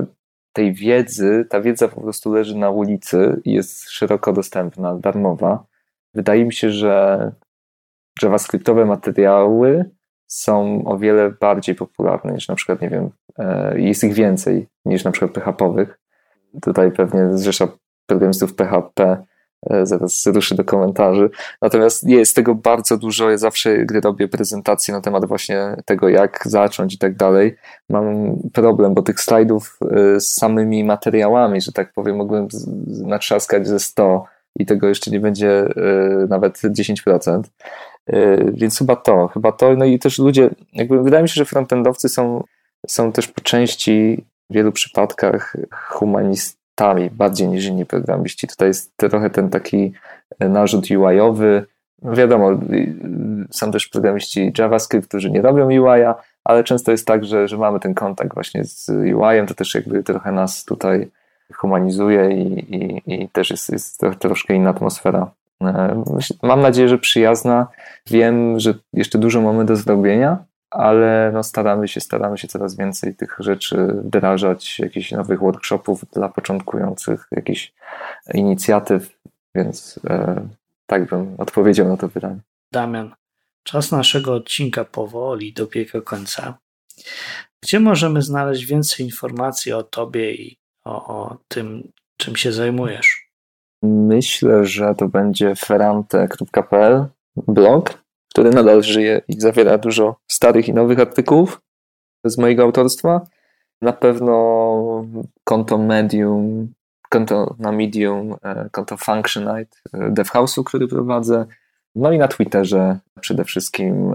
ta wiedza po prostu leży na ulicy i jest szeroko dostępna, darmowa. Wydaje mi się, że JavaScriptowe materiały są o wiele bardziej popularne niż na przykład, nie wiem, jest ich więcej niż na przykład PHP-owych. Tutaj pewnie zrzesza programistów PHP zaraz ruszy do komentarzy. Natomiast jest tego bardzo dużo. Ja zawsze, gdy robię prezentację na temat właśnie tego, jak zacząć i tak dalej, mam problem, bo tych slajdów z samymi materiałami, że tak powiem, mogłem natrzaskać ze 100 i tego jeszcze nie będzie nawet 10%. Więc chyba to. No i też ludzie, jakby wydaje mi się, że frontendowcy są też po części w wielu przypadkach humanistami bardziej niż inni programiści. Tutaj jest trochę ten taki narzut UI-owy. No wiadomo, są też programiści JavaScript, którzy nie robią UI-a, ale często jest tak, że mamy ten kontakt właśnie z UI-em, to też jakby trochę nas tutaj humanizuje i też jest troszkę inna atmosfera. Mam nadzieję, że przyjazna. Wiem, że jeszcze dużo mamy do zrobienia, ale no staramy się coraz więcej tych rzeczy wdrażać, jakichś nowych workshopów dla początkujących, jakichś inicjatyw, więc tak bym odpowiedział na to pytanie. Damian, czas naszego odcinka powoli dobiega końca. Gdzie możemy znaleźć więcej informacji o tobie i o tym, czym się zajmujesz? Myślę, że to będzie ferrante.pl, blog, który nadal żyje i zawiera dużo starych i nowych artykułów z mojego autorstwa. Na pewno konto Medium, konto na Medium, konto Functionite, DevHouse'u, który prowadzę. No i na Twitterze przede wszystkim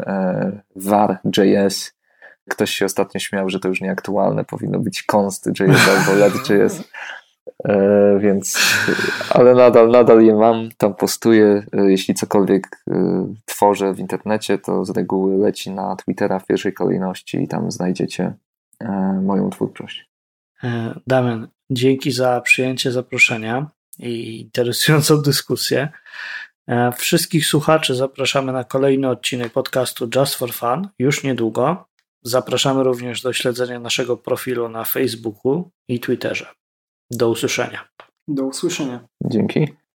var.js. Ktoś się ostatnio śmiał, że to już nieaktualne, powinno być const.js albo let.js. Więc, ale nadal je mam, tam postuję. Jeśli cokolwiek tworzę w internecie, to z reguły leci na Twittera w pierwszej kolejności i tam znajdziecie moją twórczość. Damian, dzięki za przyjęcie zaproszenia i interesującą dyskusję. Wszystkich słuchaczy zapraszamy na kolejny odcinek podcastu Just for Fun już niedługo. Zapraszamy również do śledzenia naszego profilu na Facebooku i Twitterze. Do usłyszenia. Do usłyszenia. Dzięki.